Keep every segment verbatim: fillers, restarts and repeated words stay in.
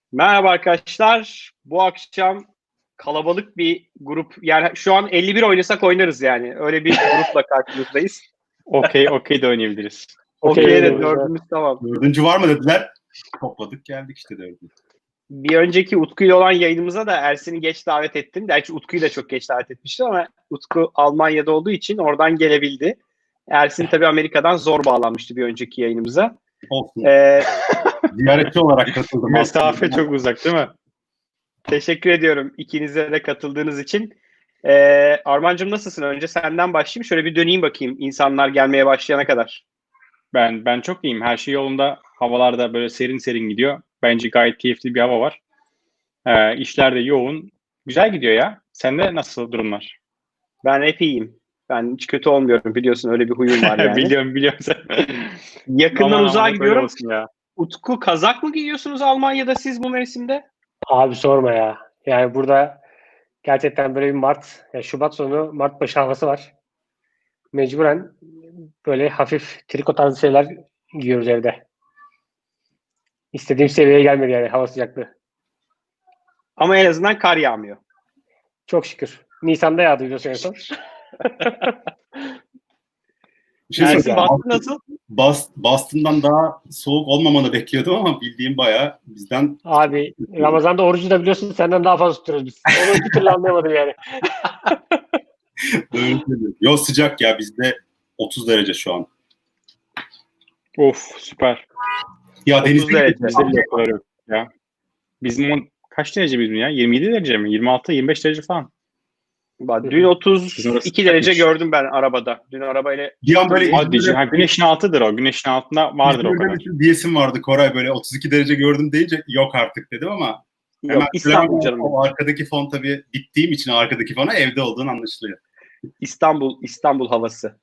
Merhaba arkadaşlar. Bu akşam kalabalık bir grup. Yani şu an elli bir oynasak oynarız yani. Öyle bir grupla karşınızdayız. Okey, okey de oynayabiliriz. Okey de Okey, dördümüz tamam. Dördüncü var mı dediler. Topladık geldik işte dördüncü. Bir önceki Utku ile olan yayınımıza da Ersin'i geç davet ettim. Gerçi Utku'yu da çok geç davet etmiştim ama Utku Almanya'da olduğu için oradan gelebildi. Ersin tabii Amerika'dan zor bağlanmıştı bir önceki yayınımıza. Olsun. Ee, Ziyaretçi olarak katıldım. Mesafe çok uzak değil mi? Teşekkür ediyorum ikinize de katıldığınız için. Ee, Armancığım nasılsın? Önce senden başlayayım. Şöyle bir döneyim bakayım insanlar gelmeye başlayana kadar. Ben ben çok iyiyim. Her şey yolunda. Havalar da böyle serin serin gidiyor. Bence gayet keyifli bir hava var. Ee, işler de yoğun. Güzel gidiyor ya. Sende nasıl durumlar? Ben hep iyiyim. Ben hiç kötü olmuyorum biliyorsun öyle bir huyum var yani. biliyorum biliyorum sen. Yakından Aman uzağa aman, böyle gidiyorum. olsun ya. Utku kazak mı giyiyorsunuz Almanya'da siz bu mevsimde? Abi sorma ya. Yani burada gerçekten böyle bir Mart, yani Şubat sonu Mart başı havası var. Mecburen böyle hafif triko tarzı şeyler giyiyoruz evde. İstediğim seviyeye gelmedi yani hava sıcaklığı. Ama en azından kar yağmıyor. Çok şükür. Nisan'da yağdı biliyorsun en son. Bir şey Ersin söyleyeyim. Boston nasıl? Bas, Boston'dan daha soğuk olmamanı bekliyordum ama bildiğim bayağı bizden. Abi Ramazan'da orucu da biliyorsun senden daha fazla tutuyoruz biz. Onu bir türlü anlayamadım yani. Yo sıcak ya bizde otuz derece şu an. Of süper. Ya otuz denizde derece. Bizde bile o kadar yok ya. Bizim on, kaç derece bizim ya? yirmi yedi derece mi? yirmi altı yirmi beş derece falan. Bak, dün otuz Bizim orası iki derece sıcakmış. gördüm ben arabada. Dün arabayla bir an böyle Hadi canım. Ha, güneşin altıdır o. Güneşin altında vardır o kadar. İzmir'de diyesim vardı Koray, böyle otuz iki derece gördüm deyince yok artık dedim ama yok hemen İstanbul canım. o arkadaki fon tabii bittiğim için arkadaki fona evde olduğunu anlaşılıyor. İstanbul İstanbul havası.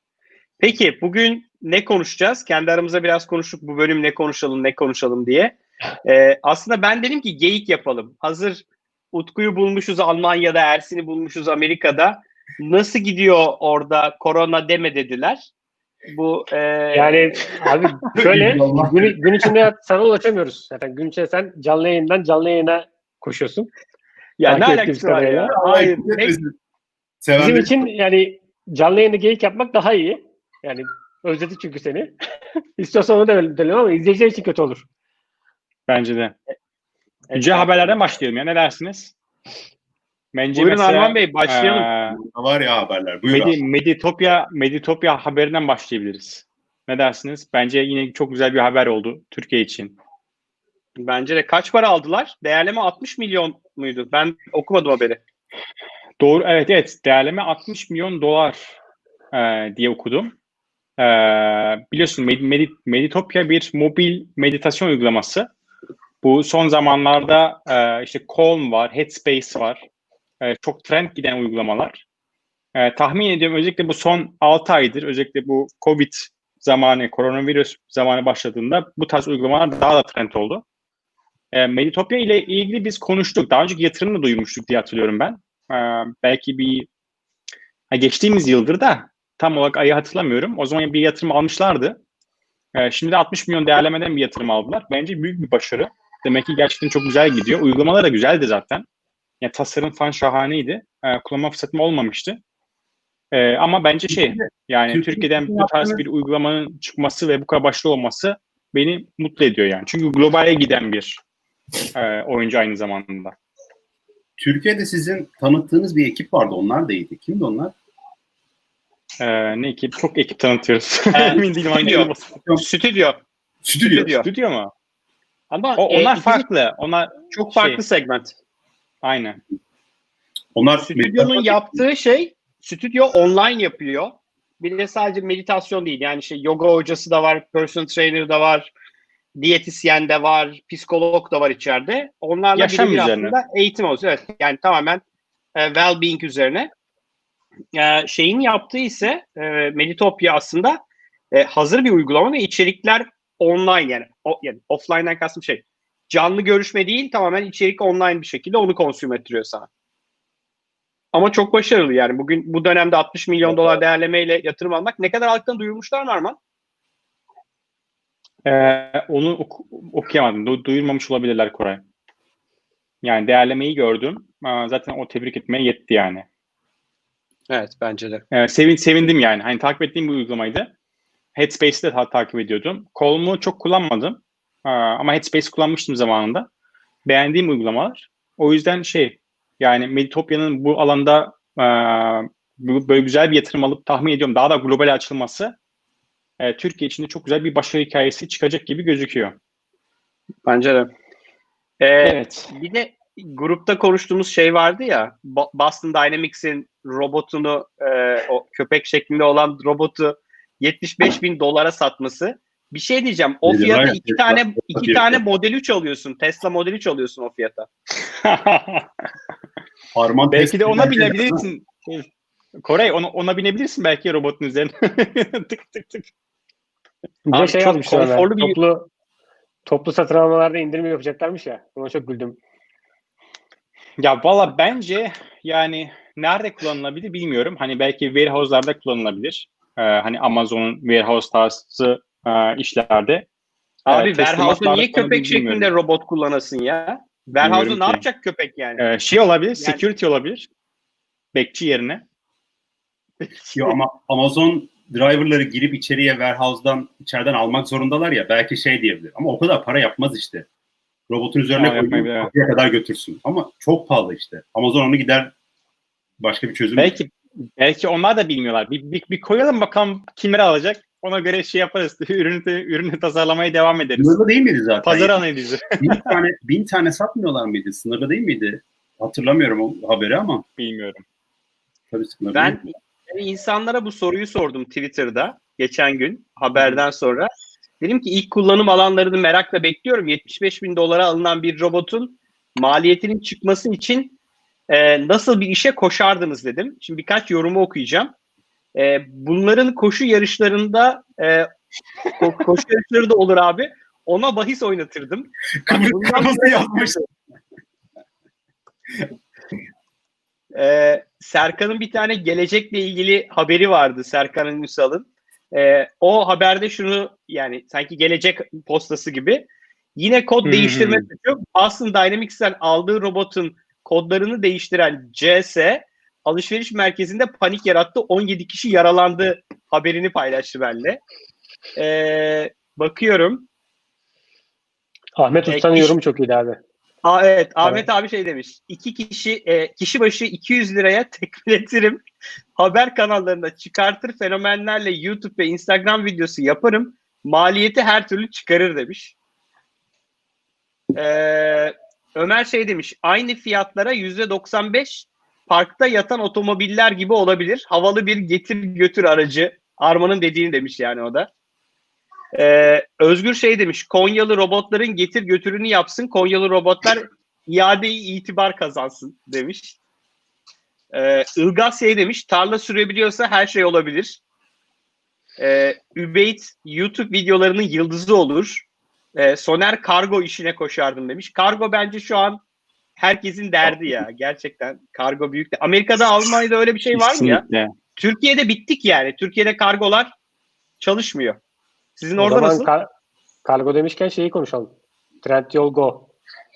Peki bugün ne konuşacağız? Kendi aramızda biraz konuştuk bu bölüm ne konuşalım ne konuşalım diye. Ee, aslında ben dedim ki geyik yapalım. Hazır Utku'yu bulmuşuz Almanya'da, Ersin'i bulmuşuz Amerika'da. Nasıl gidiyor orada korona deme dediler. Bu e... Yani abi şöyle Allah. gün, gün içinde sana ulaşamıyoruz. Zaten gün içinde sen canlı yayından canlı yayına koşuyorsun. ya ne takip alakası ettiğimiz var ya? kadarıyla. Hayır. ne- Bizim için yani canlı yayında geyik yapmak daha iyi. Yani özledik çünkü seni. İstiyorsan onu da verelim ama izleyiciler için kötü olur. Bence de. Evet, Güncel haberlerden başlayalım ya. Ne dersiniz? Bence Buyurun mesela, Arman Bey başlayalım. eee, Var ya haberler. Buyur Medi, abi. Meditopya, Meditopya haberinden başlayabiliriz. Ne dersiniz? Bence yine çok güzel bir haber oldu Türkiye için. Bence de kaç para aldılar? Değerleme altmış milyon muydu? Ben okumadım haberi. Doğru, evet evet. Değerleme altmış milyon dolar eee, diye okudum. Eee, biliyorsun Med- Medi- Meditopya bir mobil meditasyon uygulaması. Bu son zamanlarda eee, işte Calm var, Headspace var. Eee, çok trend giden uygulamalar. Eee, tahmin ediyorum özellikle bu son altı aydır, özellikle bu Covid zamanı, koronavirüs zamanı başladığında bu tarz uygulamalar daha da trend oldu. E, Meditopya ile ilgili biz konuştuk. Daha önceki yatırımını duyurmuştuk diye hatırlıyorum ben. E, belki bir ha, geçtiğimiz yıldır da tam olarak ayı hatırlamıyorum. O zaman bir yatırım almışlardı. E, şimdi de altmış milyon değerlemeden bir yatırım aldılar. Bence büyük bir başarı. Demek ki gerçekten çok güzel gidiyor. Uygulamalar da güzeldi zaten. Yani tasarım falan şahaneydi. E, kullanma fırsatım olmamıştı. E, ama bence şey, yani Türkiye- Türkiye'den bu tarz bir uygulamanın çıkması ve bu kadar başarılı olması beni mutlu ediyor yani. Çünkü globale giden bir e, oyuncu aynı zamanda. Türkiye'de sizin tanıttığınız bir ekip vardı. Onlar da iyiydi. Kimdi onlar? Ee, ne ekip? Çok ekip tanıtıyoruz. Ee, Emin değilim hangi stüdyo. ekip. Stüdyo. Stüdyo. Stüdyo. Stüdyo mu? Ama O, onlar e, ikisi farklı. Onlar çok farklı şey, segment. aynen. Onlar Stüdyonun yaptığı şey, stüdyo online yapıyor. Bir de sadece meditasyon değil. Yani şey yoga hocası da var, personal trainer da var, diyetisyen de var, psikolog da var içeride. Onlarla Yaşam birebir üzerine. aslında eğitim olsun. Evet, yani tamamen e, well-being üzerine. E, şeyin yaptığı ise e, Meditopya aslında e, hazır bir uygulama ve içerikler online yani, o, yani offline'den kastım şey canlı görüşme değil, tamamen içerik online bir şekilde onu konsüm ettiriyor sana. Ama çok başarılı yani. Bugün bu dönemde altmış milyon dolar değerlemeyle yatırım almak, ne kadar aldıklarını duyurmuşlar mı Arman? Ee, onu ok- okuyamadım. Du- duyurmamış olabilirler Koray. Yani değerlemeyi gördüm. Aa, zaten o tebrik etmeye yetti yani. Evet, bence de. Ee, sevin, sevindim yani. Hani takip ettiğim bir uygulamaydı. Headspace'de ta- takip ediyordum. Calm'u çok kullanmadım. Aa, ama Headspace kullanmıştım zamanında. Beğendiğim uygulamalar. O yüzden şey, yani Meditopya'nın bu alanda aa, bu- böyle güzel bir yatırım alıp tahmin ediyorum daha da globale açılması e, Türkiye için de çok güzel bir başarı hikayesi çıkacak gibi gözüküyor. Bence de. Ee, Evet. Bir de grupta konuştuğumuz şey vardı ya, Bo- Boston Dynamics'in robotunu, e, o köpek şeklinde olan robotu yetmiş beş bin dolara satması. Bir şey diyeceğim. O Ne diyorlar fiyata ya, iki Tesla- tane Tesla iki fiyatı. tane Model üç alıyorsun. Tesla Model üç alıyorsun o fiyata. Harman Belki de ona test- binebilirsin. Koray ona, ona binebilirsin belki robotun üzerine. tık tık tık. Bir de Abi şey çok yazmışlar ona. konforlu bir- Toplu, toplu satın almalarda indirim yapacaklarmış ya. Ona çok güldüm. Ya valla bence yani nerede kullanılabilir bilmiyorum. Hani belki warehouse'larda kullanılabilir. Ee, hani Amazon'un warehouse tarzı e, işlerde. Abi Ee, warehouse'u teslimatlarda niye köpek kullanılabilir şeklinde bilmiyorum. robot kullanasın ya? Warehouse'u Bilmiyorum ne ki. yapacak köpek yani? Ee, şey olabilir, Yani- security olabilir. Bekçi yerine. Yo, ama Amazon driverları girip içeriye warehouse'dan içeriden almak zorundalar ya, belki şey diyebilir. Ama o kadar para yapmaz işte. Robotun üzerine Aa, koyup yapmayabilir, evet. kapıya kadar götürsün. Ama çok pahalı işte. Amazon onu gider başka bir çözüm. Belki belki onlar da bilmiyorlar. Bir, bir, bir koyalım bakalım kimler alacak. Ona göre şey yaparız. Ürünü, ürünü tasarlamaya devam ederiz. Sınırlı değil miydi zaten? Pazar analizi. bin tane bin tane satmıyorlar mıydı? Sınırlı değil miydi? Hatırlamıyorum o haberi ama Bilmiyorum. tabii sınırlı. Ben yani insanlara bu soruyu sordum Twitter'da geçen gün haberden sonra. Dedim ki ilk kullanım alanlarını merakla bekliyorum. yetmiş beş bin dolara alınan bir robotun maliyetinin çıkması için e, nasıl bir işe koşardınız dedim. Şimdi birkaç yorumu okuyacağım. E, bunların koşu yarışlarında e, ko- koşu yarışları da olur abi. Ona bahis oynatırdım. Bak, bundan Kırmızı yazmış. Ee, Serkan'ın bir tane gelecekle ilgili haberi vardı, Serkan Ünsal'ın. Ee, o haberde şunu, yani sanki gelecek postası gibi, yine kod Hı hı değiştirme hı. suçu. Boston Dynamics'ten aldığı robotun kodlarını değiştiren C S alışveriş merkezinde panik yarattı. on yedi kişi yaralandı haberini paylaştı benimle. Ee, bakıyorum. Ahmet E, Usta'nın iş- yorumu çok iyiydi abi. Aa, evet, Ahmet abi şey demiş. İki kişi e, kişi başı iki yüz liraya tekletirim. Haber kanallarında çıkartır, fenomenlerle YouTube ve Instagram videosu yaparım. Maliyeti her türlü çıkarır demiş. Ee, Ömer şey demiş. Aynı fiyatlara yüzde doksan beş parkta yatan otomobiller gibi olabilir. Havalı bir getir götür aracı. Arman'ın dediğini demiş yani o da. Ee, Özgür şey demiş. Konyalı robotların getir götürünü yapsın. Konyalı robotlar iadeyi itibar kazansın demiş. Ee, Ilgaz şey demiş. Tarla sürebiliyorsa her şey olabilir. Ee, Übeyt YouTube videolarının yıldızı olur. Ee, Soner kargo işine koşardım demiş. Kargo bence şu an herkesin derdi ya. Gerçekten kargo büyük de. Amerika'da, Almanya'da öyle bir şey var mı ya? Kesinlikle. Türkiye'de bittik yani. Türkiye'de kargolar çalışmıyor. Sizin O orada zaman nasıl? kar- kargo demişken şeyi konuşalım. Trendyol Go.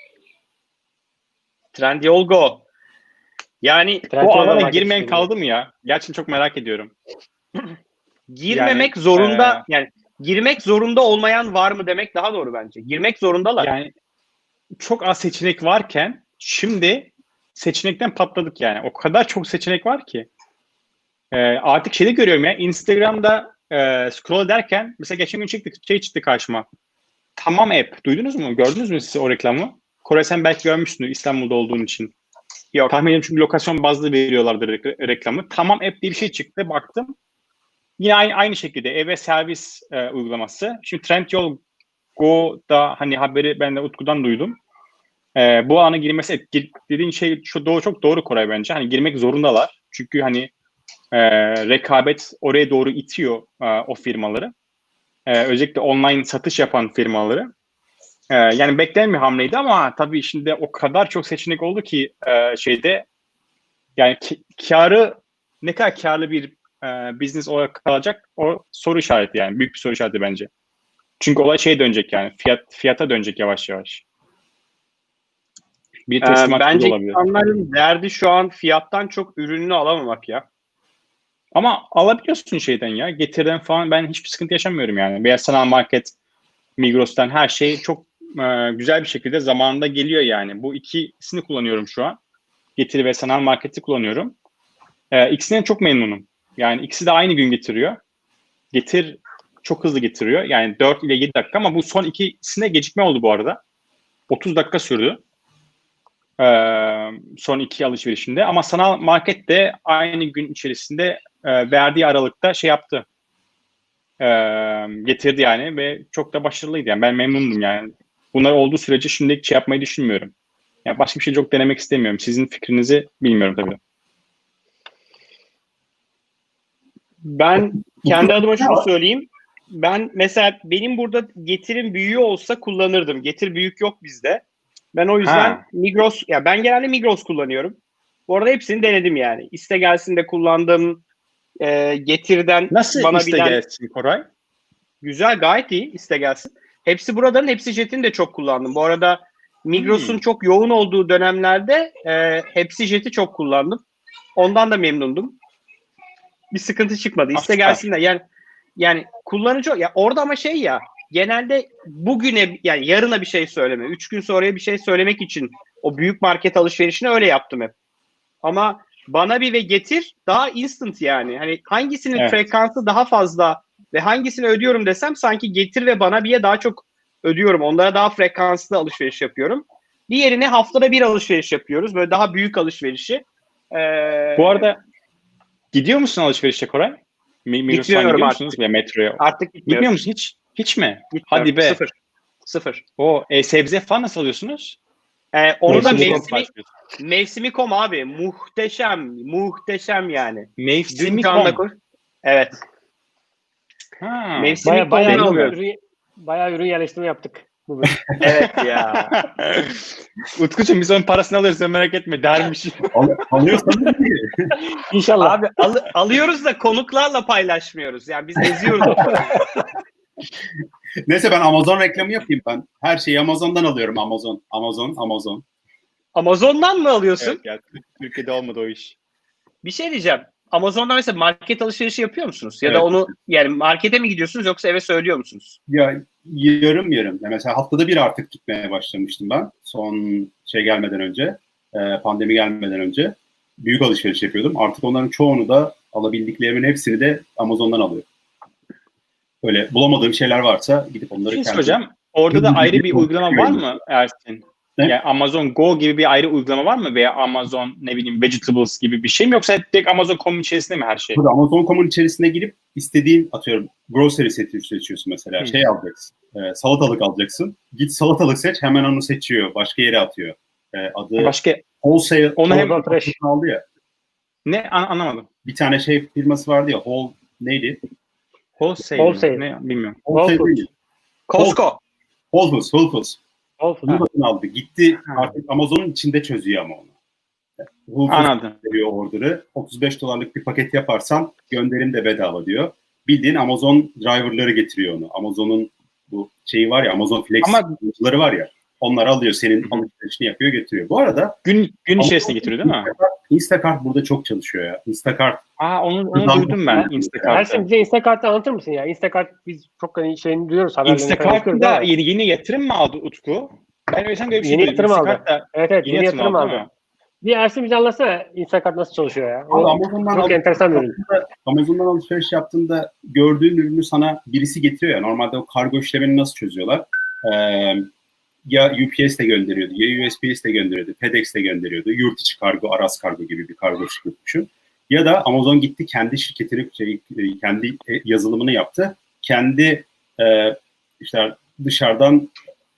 Trendyol Go. Yani Bu Trendyol alana market girmeyen işlemi. kaldı mı ya? Gerçekten çok merak ediyorum. girmemek Yani, zorunda, e, yani girmek zorunda olmayan var mı demek daha doğru bence. Girmek zorundalar. Yani çok az seçenek varken şimdi seçenekten patladık yani. O kadar çok seçenek var ki. Ee, artık şeyi görüyorum ya, Instagram'da e, scroll ederken mesela geçen gün çıktı, şey çıktı karşıma. Tamam App. Duydunuz mu? Gördünüz mü siz o reklamı? Kore, sen belki görmüşsündür İstanbul'da olduğun için. Yok. Tahmin ediyorum çünkü lokasyon bazlı veriyorlardı re- reklamı. Tamam App diye bir şey çıktı. Baktım. Yine aynı, aynı şekilde eve servis e, uygulaması. Şimdi Trendyol Go'da hani haberi ben de Utku'dan duydum. E, bu alana girmesi, evet, gir, dediğin şey şu doğru, çok doğru Koray bence. Hani girmek zorundalar. Çünkü hani e, rekabet oraya doğru itiyor e, o firmaları. E, özellikle online satış yapan firmaları. E, yani beklenen bir hamleydi ama tabii şimdi o kadar çok seçenek oldu ki e, şeyde yani ki, karı ne kadar karlı bir e, business olarak kalacak, o soru işareti yani. Büyük bir soru işareti bence. Çünkü olay şeye dönecek yani. Fiyat, fiyata dönecek yavaş yavaş. Bir Ee, teslimat bence gibi olabilir. insanların derdi şu an fiyattan çok ürününü alamamak ya. Ama alabiliyorsun şeyden ya. Getirden falan ben hiçbir sıkıntı yaşamıyorum yani. Veya sanal market, Migros'tan her şey çok e, güzel bir şekilde zamanında geliyor yani. Bu ikisini kullanıyorum şu an. Getiri ve sanal marketi kullanıyorum. E, ikisinden çok memnunum. Yani ikisi de aynı gün getiriyor. Getir çok hızlı getiriyor. Yani dört ile yedi dakika ama bu son ikisine gecikme oldu bu arada. otuz dakika sürdü. E, son iki alışverişinde. Ama sanal market de aynı gün içerisinde e, verdiği aralıkta şey yaptı. E, getirdi yani ve çok da başarılıydı. Yani ben memnundum yani. Bunlar olduğu sürece şimdi şey yapmayı düşünmüyorum. Yani başka bir şey çok denemek istemiyorum. Sizin fikrinizi bilmiyorum tabii. Ben kendi adıma şunu söyleyeyim. Ben mesela benim burada getirim büyüğü olsa kullanırdım. Getir büyük yok bizde. Ben o yüzden Ha. Migros, ya ben genelde Migros kullanıyorum. Bu arada hepsini denedim yani. İste gelsin de kullandım. E, getirden Nasıl bana iste bilen gelsin Koray? güzel, gayet iyi iste gelsin. Hepsi buradan, hepsi Jet'ini de çok kullandım. Bu arada Migros'un Hmm. çok yoğun olduğu dönemlerde e, hepsi Jet'i çok kullandım. Ondan da memnundum. Bir sıkıntı çıkmadı. İste Asla. gelsin de yani yani kullanıcı ya orada ama şey ya genelde bugüne yani yarına bir şey söyleme. Üç gün sonraya bir şey söylemek için o büyük market alışverişini öyle yaptım hep. Ama bana bir ve getir daha instant yani. Hani hangisinin Evet. frekansı daha fazla ve hangisini ödüyorum desem sanki getir ve bana bir'e daha çok ödüyorum. Onlara daha frekanslı alışveriş yapıyorum. Diğerine haftada bir alışveriş yapıyoruz. Böyle daha büyük alışverişi. Ee, Bu arada gidiyor musun alışverişe Koray? Mi- Migros'tan Gitmiyorum gidiyor artık. musunuz veya metroya? artık Gitmiyor gitmiyorum. musun hiç? Hiç mi? Gitmiyorum. Hadi be. Sıfır. Sıfır. O e, sebze falan nasıl alıyorsunuz? Ee, onu da Mevsimi mevsimi mevsimi kom abi. Muhteşem. Muhteşem yani. Mevsimi Dükkanda kom. koy. Evet. Ha. Mevsimi Baya baya komdan deneyim alıyoruz. ürün, bayağı ürün yerleştirme yaptık bugün. Evet ya. Utkucuğum biz onun parasını alırız sen merak etme dermiş. Al, alıyorsanız iyi. İnşallah. Abi al- alıyoruz da konuklarla paylaşmıyoruz. Yani biz eziyoruz o parayı. Neyse ben Amazon reklamı yapayım ben. Her şeyi Amazon'dan alıyorum. Amazon, Amazon, Amazon. Amazon'dan mı alıyorsun? Evet ya Türkiye'de olmadı o iş. Bir şey diyeceğim. Amazon'dan mesela market alışverişi yapıyor musunuz? Ya Evet. da onu yani markete mi gidiyorsunuz yoksa eve söylüyor musunuz? Ya yarım yarım. Ya mesela haftada bir artık gitmeye başlamıştım ben. Son şey gelmeden önce, e, pandemi gelmeden önce büyük alışveriş yapıyordum. Artık onların çoğunu da alabildiklerimin hepsini de Amazon'dan alıyorum. Öyle bulamadığım şeyler varsa gidip onları Şey kendim... soracağım. Orada da ayrı bir uygulama var mı Ersin? Ne? Yani Amazon Go gibi bir ayrı uygulama var mı? Veya Amazon ne bileyim Vegetables gibi bir şey mi? Yoksa direkt Amazon nokta com içerisinde mi her şey? Burada Amazon nokta com'un içerisine girip istediğin atıyorum grocery seti seçiyorsun mesela. Hı. Şey alacaksın. E, salatalık alacaksın. Git salatalık seç hemen onu seçiyor. Başka yere atıyor. E, adı Başka Wholesale onu hem Amazon Fresh. aldı ya. ne an- anlamadım. Bir tane şey firması vardı ya. Whole neydi? Wholesale. Wholesale. Ne bilmiyorum. Wholesale Whole değil. Costco. Whole Foods. Whole Foods. Olsun. Bunu satın aldı. Gitti Ha. artık Amazon'un içinde çözüyor ama onu. Whole Foods Anladım. veriyor order'ı. otuz beş dolarlık bir paket yaparsan gönderim de bedava diyor. Bildiğin Amazon driver'ları getiriyor onu. Amazon'un bu şeyi var ya, Amazon Flex Ama- kullanıcıları var ya. Onlar alıyor, senin alışverişini yapıyor, getiriyor. Bu arada Gün gün içerisinde getiriyor değil mi? Instacart, Instacart burada çok çalışıyor ya. Instacart. Aa onu, onu Hızlan- duydum ben Ersin Instacart'ta. bize Instacart'ı anlatır mısın ya? Instacart biz çok hani şeyini duyuyoruz haberlerini falan Instacart'ta okuyoruz da ama- yeni, yeni yatırım mı aldı Utku? Ben öyle sanki öyle bir şey Yeni duydum. yatırım aldı. Instacart'ta Evet evet yeni yeni yatırım yatırım aldı, aldı. değil mi? Bir Ersin bize anlatsana Instacart nasıl çalışıyor ya? Abi O Amazon'dan çok al- enteresan bir ürün. Amazon'dan alışveriş yaptığında gördüğün ürünü sana birisi getiriyor ya. Normalde o kargo işlemini nasıl çözüyorlar? Ee, ya U P S de gönderiyordu, ya U S P S de gönderiyordu, FedEx de gönderiyordu. Yurt içi kargo, Aras Kargo gibi bir kargo şirketi düşün. Ya da Amazon gitti kendi şirketini, şey, kendi yazılımını yaptı. Kendi e, işte dışarıdan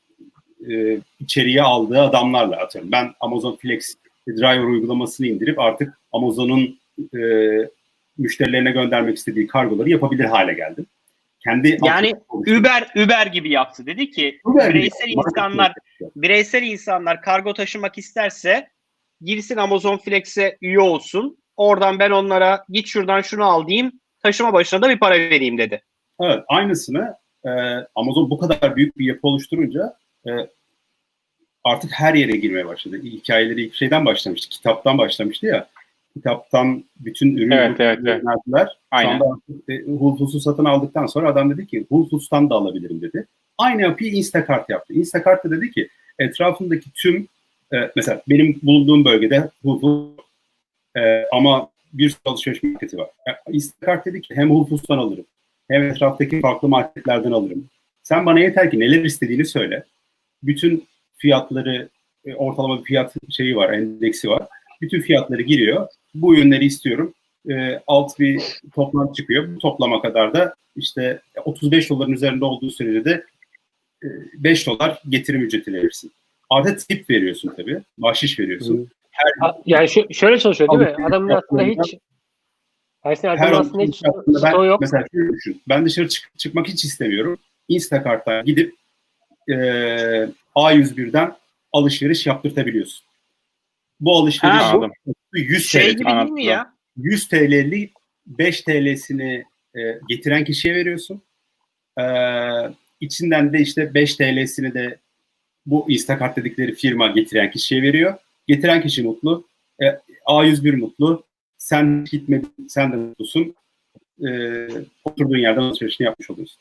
e, içeriye aldığı adamlarla atıyorum. Ben Amazon Flex Driver uygulamasını indirip artık Amazon'un e, müşterilerine göndermek istediği kargoları yapabilir hale geldim. Kendi Yani Uber Uber gibi yaptı. Dedi ki Uber gibi. bireysel insanlar bireysel insanlar kargo taşımak isterse girsin Amazon Flex'e üye olsun. Oradan ben onlara git şuradan şunu al diyeyim. Taşıma başına da bir para vereyim dedi. Evet, aynısını e, Amazon bu kadar büyük bir yapı oluşturunca e, artık her yere girmeye başladı. Hikayeleri ilk şeyden başlamıştı. Kitaptan başlamıştı ya. Kitaptan bütün ürün Evet, evet, evet. verdiler. Şu Aynen. anda artık e, Whole Foods'u satın aldıktan sonra adam dedi ki Whole Foods'tan da alabilirim dedi. Aynı yapıyı Instacart yaptı. Instacart da dedi ki etrafındaki tüm e, mesela benim bulunduğum bölgede Whole Foods e, ama bir sürü alışveriş marketi var. Yani Instacart dedi ki hem Whole Foods'tan alırım hem etraftaki farklı marketlerden alırım. Sen bana yeter ki neler istediğini söyle. Bütün fiyatları, e, ortalama bir fiyat şeyi var, endeksi var. Bütün fiyatları giriyor. Bu ürünleri istiyorum. E, alt bir toplam çıkıyor. Bu toplama kadar da işte otuz beş doların üzerinde olduğu sürece de e, beş dolar getirim ücreti verirsin. Artı tip veriyorsun tabii. Bahşiş veriyorsun. Hı. Her, Yani şu, şöyle çalışıyor değil mi? Alışveriş Adamın aslında yaptığında- hiç Aysin her adamın aslında alışveriş hiç yaptığında ben stoğu yok. mesela şöyle düşün. Ben dışarı çık- çıkmak hiç istemiyorum. Instacart'tan gidip e, A yüz birden alışveriş yaptırtabiliyorsun. Bu alışveriş Ha, bu Anladım. yüz Şey TL. gibi değil mi anlattım. ya? yüz T L'li beş T L'sini e, getiren kişiye veriyorsun. E, içinden de işte beş T L'sini de bu Instacart dedikleri firma getiren kişiye veriyor. Getiren kişi mutlu. E, A yüz bir mutlu. Sen gitmedin, sen de mutlusun. E, oturduğun yerden alışverişini yapmış oluyorsun.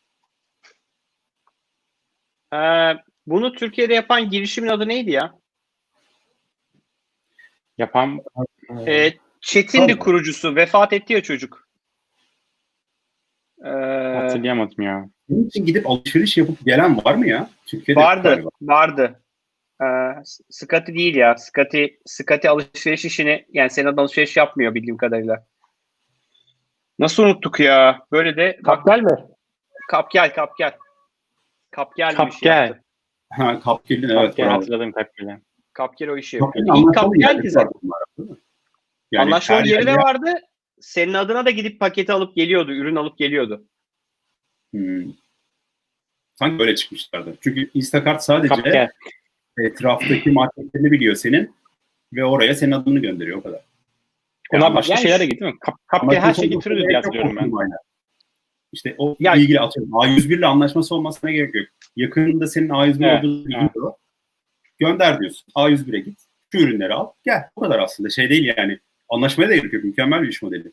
Ee, bunu Türkiye'de yapan girişimin adı neydi ya? Yapan Ee, Çetin'di Tabii. kurucusu. Vefat etti ya çocuk. Ee, hatırlayamadım ya. Bunun için gidip alışveriş yapıp gelen var mı ya? Türkiye'de vardı. galiba. Vardı. Ee, Scotty değil ya. Scotty, Scotty alışveriş işini, yani senin adın alışveriş yapmıyor bildiğim kadarıyla. Nasıl unuttuk ya? Böyle de bak, Kaptel mi? kap gel kap gel. Kap gel Kap bir şey gel. yaptı. Ha, Kapkel'in evet. Kapgel bravo. hatırladım Kapgel'i. Kap gel o işi yapıyor. Kapkel'in İlk anlaşmalı kap yerleri geldi zaten. vardı bunlar, değil mi? Yani Anlaşmalı her yeri de yerde- vardı. Senin adına da gidip paketi alıp geliyordu. Ürün alıp geliyordu. Hmm. Sanki böyle çıkmışlardı. Çünkü Instacart sadece Kapgel. etraftaki marketlerini biliyor senin ve oraya senin adını gönderiyor o kadar. Onlar Yani başka yani şeyler de şu- gitti mi? Kap, Kapgel her şeyi anlaşması getiriyordu diye olmasına gerek yok, hatırlıyorum ben. firmayla. İşte o Ya- ilgili atıyorum. A yüz bir ile anlaşması olmasına gerek yok. Yakınında senin A yüz bir Evet, olduğunu biliyor. Gönder diyorsun. A yüz bire git. Şu ürünleri al. Gel. O kadar aslında. Şey değil yani. Anlaşmaya da gerek yok. Mükemmel bir iş modeli.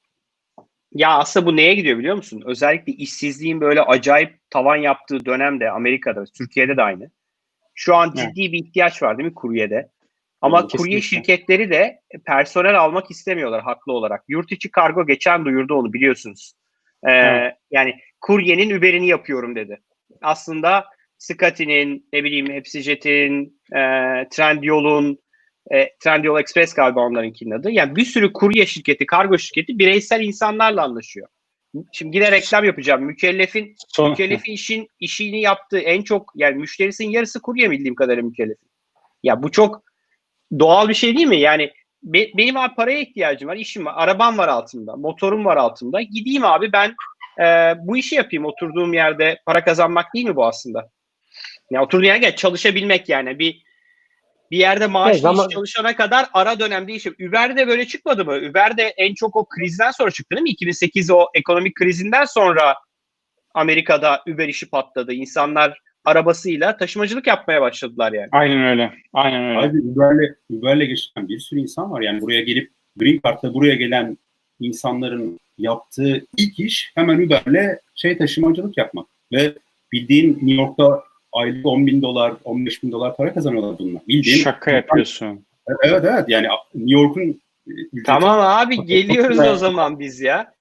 Ya aslında bu neye gidiyor biliyor musun? Özellikle işsizliğin böyle acayip tavan yaptığı dönemde Amerika'da, Türkiye'de de aynı. Şu an Evet. ciddi bir ihtiyaç var değil mi kuryede? Ama Evet, kurye kesinlikle. şirketleri de personel almak istemiyorlar haklı olarak. Yurt içi kargo geçen duyurdu onu biliyorsunuz. Ee, Evet. Yani kuryenin Uber'ini yapıyorum dedi. Aslında Scotty'nin, ne bileyim Hepsijet'in, e, Trendyol'un, e, Trendyol Express galiba onlarınkinin adı. Yani bir sürü kurye şirketi, kargo şirketi bireysel insanlarla anlaşıyor. Şimdi yine reklam yapacağım. Mükellefin Son, Mükellefin işin işini yaptığı en çok, yani müşterisinin yarısı kurye bildiğim kadarıyla mükellefin. Ya bu çok doğal bir şey değil mi? Yani be, benim abi paraya ihtiyacım var, işim var, arabam var altımda, motorum var altımda. Gideyim abi ben e, bu işi yapayım oturduğum yerde, para kazanmak değil mi bu aslında? Ya oturduğun yerde çalışabilmek yani bir bir yerde maaşlı Evet, zaman- iş çalışana kadar ara dönemde işim. Uber'de böyle çıkmadı mı? Uber'de en çok o krizden sonra çıktı değil mi? iki bin sekiz o ekonomik krizinden sonra Amerika'da Uber işi patladı. İnsanlar arabasıyla taşımacılık yapmaya başladılar yani. aynen öyle. Aynen öyle. Ayrıca Uber'le, Uber'le geçen bir sürü insan var. Yani buraya gelip Green Card'la buraya gelen insanların yaptığı ilk iş hemen Uber'le şey taşımacılık yapmak. Ve bildiğin New York'ta aylık on bin dolar, on beş bin dolar para kazanıyorlar bunlar. Bildiğin. Şaka yapıyorsun. Evet evet yani New York'un ücreti- Tamam abi geliyoruz o zaman biz ya.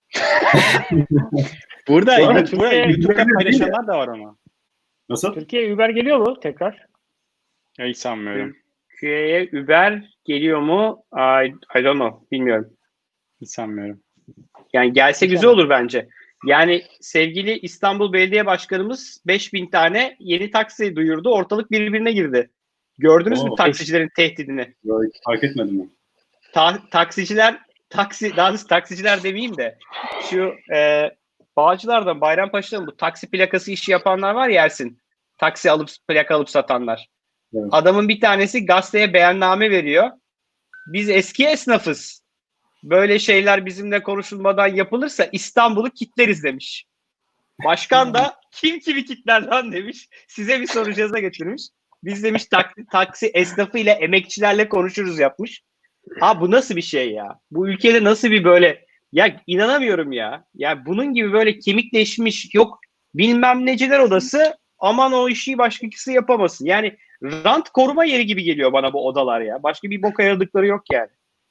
Burada, Bu arada burada Türkiye- YouTube'da Türkiye- paylaşanlar da var ama. Nasıl? Türkiye'ye Uber geliyor mu tekrar? Ya hiç sanmıyorum. Türkiye'ye Uber geliyor mu? I, I don't know. Bilmiyorum. Hiç sanmıyorum. Yani gelse güzel olur bence. Yani sevgili İstanbul Belediye Başkanımız beş bin tane yeni taksi duyurdu. Ortalık birbirine girdi. Gördünüz mü Oo. taksicilerin tehdidini? Yok, fark etmedim ben. Ta- taksiciler, taksi, daha doğrusu taksiciler demeyeyim de şu e, Bağcılar'dan, Bayrampaşa'dan bu taksi plakası işi yapanlar var ya Ersin. Taksi alıp plaka alıp satanlar. Evet. Adamın bir tanesi gazeteye beyanname veriyor. Biz eski esnafız. Böyle şeyler bizimle konuşulmadan yapılırsa İstanbul'u kitleriz demiş. Başkan da kim kimi kitler lan demiş. Size bir soru ceza getirmiş. Biz demiş taksi, taksi esnafı ile emekçilerle konuşuruz yapmış. Ha bu nasıl bir şey ya? Bu ülkede nasıl bir böyle ya inanamıyorum ya. Ya bunun gibi böyle kemikleşmiş yok bilmem neciler odası aman o işi başkası yapamasın. Yani rant koruma yeri gibi geliyor bana bu odalar ya. Başka bir boka yaradıkları yok yani.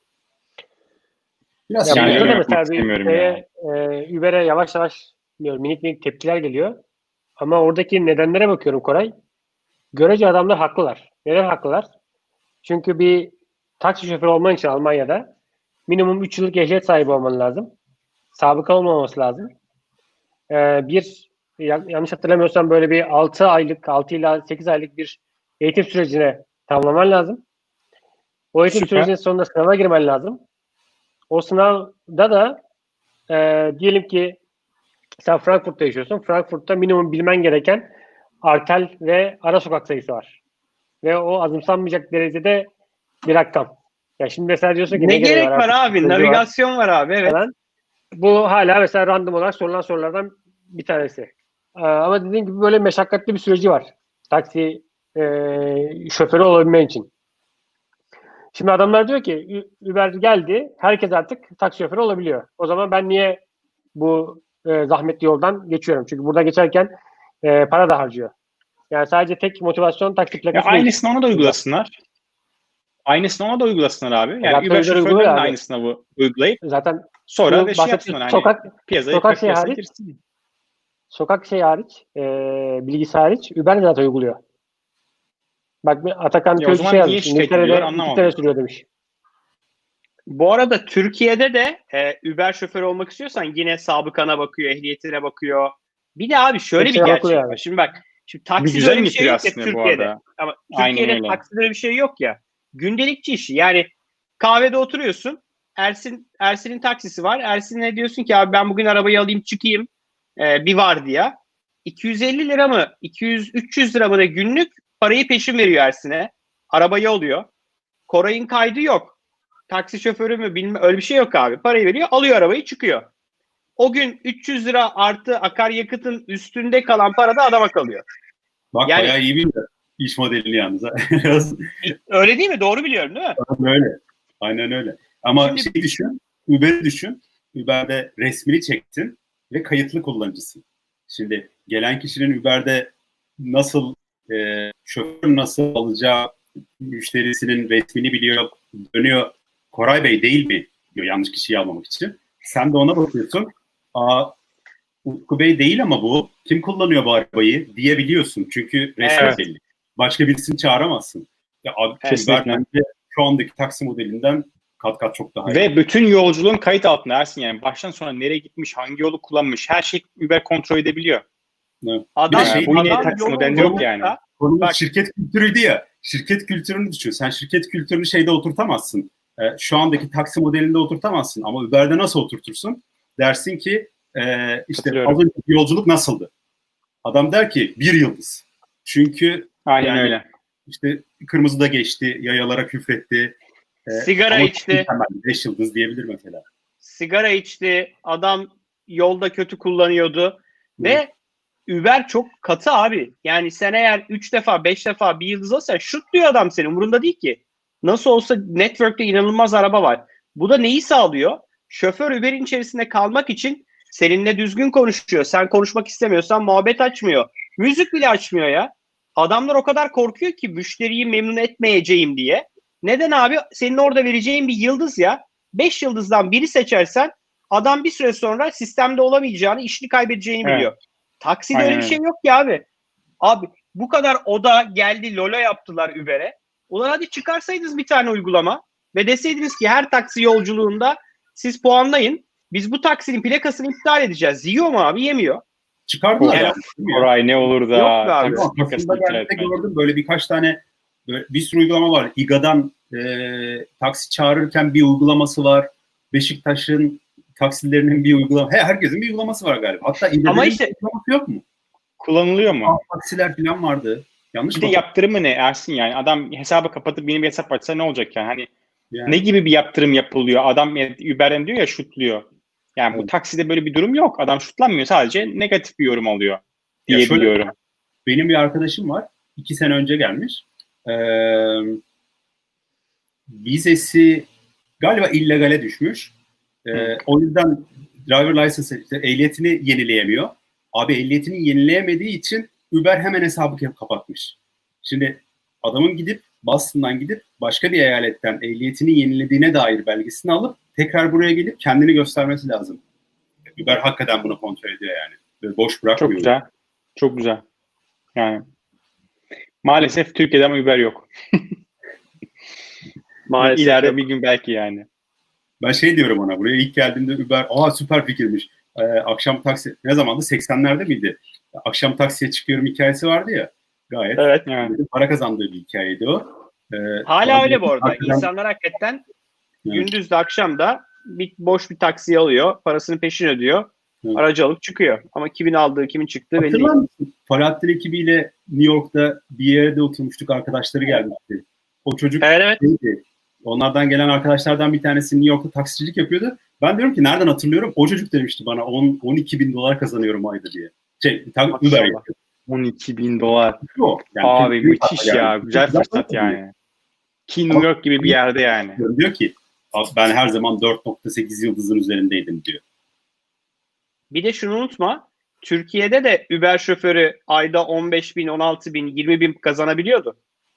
Biraz Ya şey Yani burada öyle da yapmak mesela bir istemiyorum şeye, e, Uber'e yavaş yavaş bilmiyorum, minik minik tepkiler geliyor. Ama oradaki nedenlere bakıyorum Koray. Görece adamlar haklılar. Neden haklılar? Çünkü bir taksi şoförü olman için Almanya'da minimum üç yıllık ehliyet sahibi olman lazım. Sabıka olmaması lazım. Ee, bir ya- yanlış hatırlamıyorsam böyle bir altı aylık, altı ila sekiz aylık bir eğitim sürecine tamamlaman lazım. O eğitim Süper. sürecinin sonunda sınava girmen lazım. O sınavda da e, diyelim ki sen Frankfurt'ta yaşıyorsun. Frankfurt'ta minimum bilmen gereken artel ve ara sokak sayısı var. Ve o azımsanmayacak derecede bir rakam. Ya şimdi mesela diyorsun ki Ne, ne gereği gerek var artık, abi? teknoloji var Navigasyon var abi evet. falan. Bu hala mesela random olarak sorulan sorulardan bir tanesi. Ee, ama dediğim gibi böyle meşakkatli bir süreci var. Taksi e, şoförü olabilmen için. Şimdi adamlar diyor ki Ü- Uber geldi. Herkes artık taksi şoförü olabiliyor. O zaman ben niye bu e, zahmetli yoldan geçiyorum? Çünkü burada geçerken e, para da harcıyor. Yani sadece tek motivasyon taksi Ya plakası değil. aynısını ona da uygulasınlar. Aynısını ona da uygulasınlar abi. Yani Zaten Uber Uber uyguluyor şoförlerinin de abi. aynısını bu uygulayıp Zaten sonra bu da şey bahsettiğim yapsınlar hani sokak piyasaya, sokak şey piyasaya hariç girsin. sokak şey hariç e, bilgisi hariç Uber zaten uyguluyor. Bak bir Atakan Ya o Köycü şey zaman niye yazmış. şikayet ediyorlar İngiltere'de iki sene anlamadım. sürüyor demiş. Bu arada Türkiye'de de e, Uber şoförü olmak istiyorsan yine sabıkana bakıyor, ehliyetine bakıyor. Bir de abi şöyle Hepsine bir bakılıyor gerçek yani. var. Şimdi bak, şimdi Bir takside düzen öyle bir şey getiriyor yok ya aslında bu Türkiye'de. arada. Ama Aynen Türkiye'de öyle. takside öyle bir şey yok ya. Gündelikçi işi. Yani kahvede oturuyorsun. Ersin Ersin'in taksisi var. Ersin'e diyorsun ki abi ben bugün arabayı alayım çıkayım. E, bir vardiya. iki yüz elli lira mı? iki yüz üç yüz lira mı ne günlük parayı peşin veriyor Ersin'e. Arabayı alıyor. Koray'ın kaydı yok. Taksi şoförü mü bilmem öyle bir şey yok abi. Parayı veriyor, alıyor arabayı çıkıyor. O gün üç yüz lira artı akaryakıtın üstünde kalan para da adama kalıyor. Bak Yani- bayağı iyi bir iş modelini yalnız. ha. Öyle değil mi? Doğru biliyorum değil mi? Aynen öyle. Aynen öyle. Ama Şimdi- şey düşün, Uber'i düşün. Uber'de resmini çektin ve kayıtlı kullanıcısın. Şimdi gelen kişinin Uber'de nasıl e, şoför nasıl alacağı müşterisinin resmini biliyor, dönüyor. Koray Bey değil mi? Diyor yanlış kişiyi almamak için. Sen de ona bakıyorsun. Aa, Utku Bey değil ama bu. Kim kullanıyor bu arabayı diyebiliyorsun. Çünkü resmi Evet. belli. Başka birisini çağıramazsın. Ya, abi, Kesinlikle. Uber bence şu andaki taksi modelinden kat kat çok daha iyi. Ve bütün yolculuğun kayıt altında Ersin yani baştan sona nereye gitmiş, hangi yolu kullanmış her şey Uber kontrol edebiliyor. Evet. Adam, Bir de şey- bu yine adam taksi yolun modelinde yok yolunda- yani. Konumuz Bak- şirket kültürüydü ya. Şirket kültürünü düşün. Sen şirket kültürünü şeyde oturtamazsın. Ee, şu andaki taksi modelinde oturtamazsın. Ama Uber'de nasıl oturtursun? Dersin ki e, işte Katılıyorum. az önceki yolculuk nasıldı? Adam der ki bir yıldız. Çünkü Aynen yani öyle. işte kırmızıda geçti, yayalara küfretti. Ee, Sigara ama içti. hemen beş yıldız diyebilir mesela. Sigara içti. Adam yolda kötü kullanıyordu. Ve Uber çok katı abi. Yani sen eğer üç defa beş defa bir yıldız alırsan şut diyor adam senin. Umurunda değil ki. Nasıl olsa network'te inanılmaz araba var. Bu da neyi sağlıyor? Şoför Uber'in içerisinde kalmak için seninle düzgün konuşuyor. Sen konuşmak istemiyorsan muhabbet açmıyor. Müzik bile açmıyor ya. Adamlar o kadar korkuyor ki müşteriyi memnun etmeyeceğim diye. Neden abi? Senin orada vereceğin bir yıldız ya. Beş yıldızdan biri seçersen adam bir süre sonra sistemde olamayacağını, işini kaybedeceğini Evet. biliyor. Takside Aynen öyle bir öyle. şey yok ki abi. Abi bu kadar oda geldi Lolo yaptılar Uber'e. Ulan hadi çıkarsaydınız bir tane uygulama ve deseydiniz ki her taksi yolculuğunda siz puanlayın. Biz bu taksinin plakasını iptal edeceğiz. Yiyor mu abi? Yemiyor. Çıkardılar Yani- yani. değil mi ya? Koray ne olur da Yok be abi. taksi Ama plakasını aslında iptal ben de etmek. gördüm böyle birkaç tane böyle bir sürü uygulama var. İGA'dan e, taksi çağırırken bir uygulaması var. Beşiktaş'ın taksilerinin bir uygulaması. He, herkesin bir uygulaması var galiba. Hatta İGA'nın Ama bir işte- uygulaması yok mu? Kullanılıyor mu? Aa, taksiler falan vardı. Yanlış Bir de mı? yaptırımı ne Ersin yani? Adam hesabı kapatıp yeni bir hesap açsa ne olacak yani? Hani Yani. ne gibi bir yaptırım yapılıyor? Adam Uber'den diyor ya şutluyor. Yani bu Evet. takside böyle bir durum yok. Adam şutlanmıyor. Sadece negatif bir yorum alıyor Ya diye şöyle- biliyorum. Benim bir arkadaşım var. iki sene önce gelmiş. Ee, vizesi galiba illegale düşmüş. Ee, o yüzden driver license, işte ehliyetini yenileyemiyor. Abi ehliyetini yenileyemediği için Uber hemen hesabı kapatmış. Şimdi adamın gidip Boston'dan gidip başka bir eyaletten ehliyetini yenilediğine dair belgesini alıp tekrar buraya gelip kendini göstermesi lazım. Uber hakikaten bunu kontrol ediyor yani. Böyle boş bırakmıyor. Çok güzel. Çok güzel. Yani maalesef Türkiye'de ama Uber yok. Maalesef İleride yok. bir gün belki yani. Ben şey diyorum ona, buraya ilk geldiğimde Uber, aa süper fikirmiş. Ee, akşam taksi, ne zamandı? seksenlerde miydi? Akşam taksiye çıkıyorum hikayesi vardı ya. Gayet Evet. Yani. para kazandığı bir hikayeydi o. Ee, Hala öyle bu arada. hakikaten- İnsanlar hakikaten Evet. gündüz de akşam da bir, boş bir taksiye alıyor. Parasını peşin ödüyor. Evet. Aracı alıp çıkıyor. Ama kimin aldığı, kimin çıktığı belli Hatırlar değil. mısın? Falahattin ekibiyle New York'ta bir yerde oturmuştuk. Arkadaşları gelmişti. O çocuk Evet, evet. neydi? Onlardan gelen arkadaşlardan bir tanesi New York'ta taksicilik yapıyordu. Ben diyorum ki nereden hatırlıyorum? O çocuk demişti bana on on iki bin dolar kazanıyorum ayda diye. Şey, tam Maşallah. Uber yapıyor. on iki bin dolar. O. Yani Abi çok büyük müthiş para ya. yani. Güzel Çok fırsat para yani. Ki New York gibi bir yerde yani. diyor. Diyor ki ben her zaman dört nokta sekiz yıldızın üzerindeydim diyor. Bir de şunu unutma. Türkiye'de de Uber şoförü ayda on beş bin, on altı bin, yirmi bin kazanabiliyordu.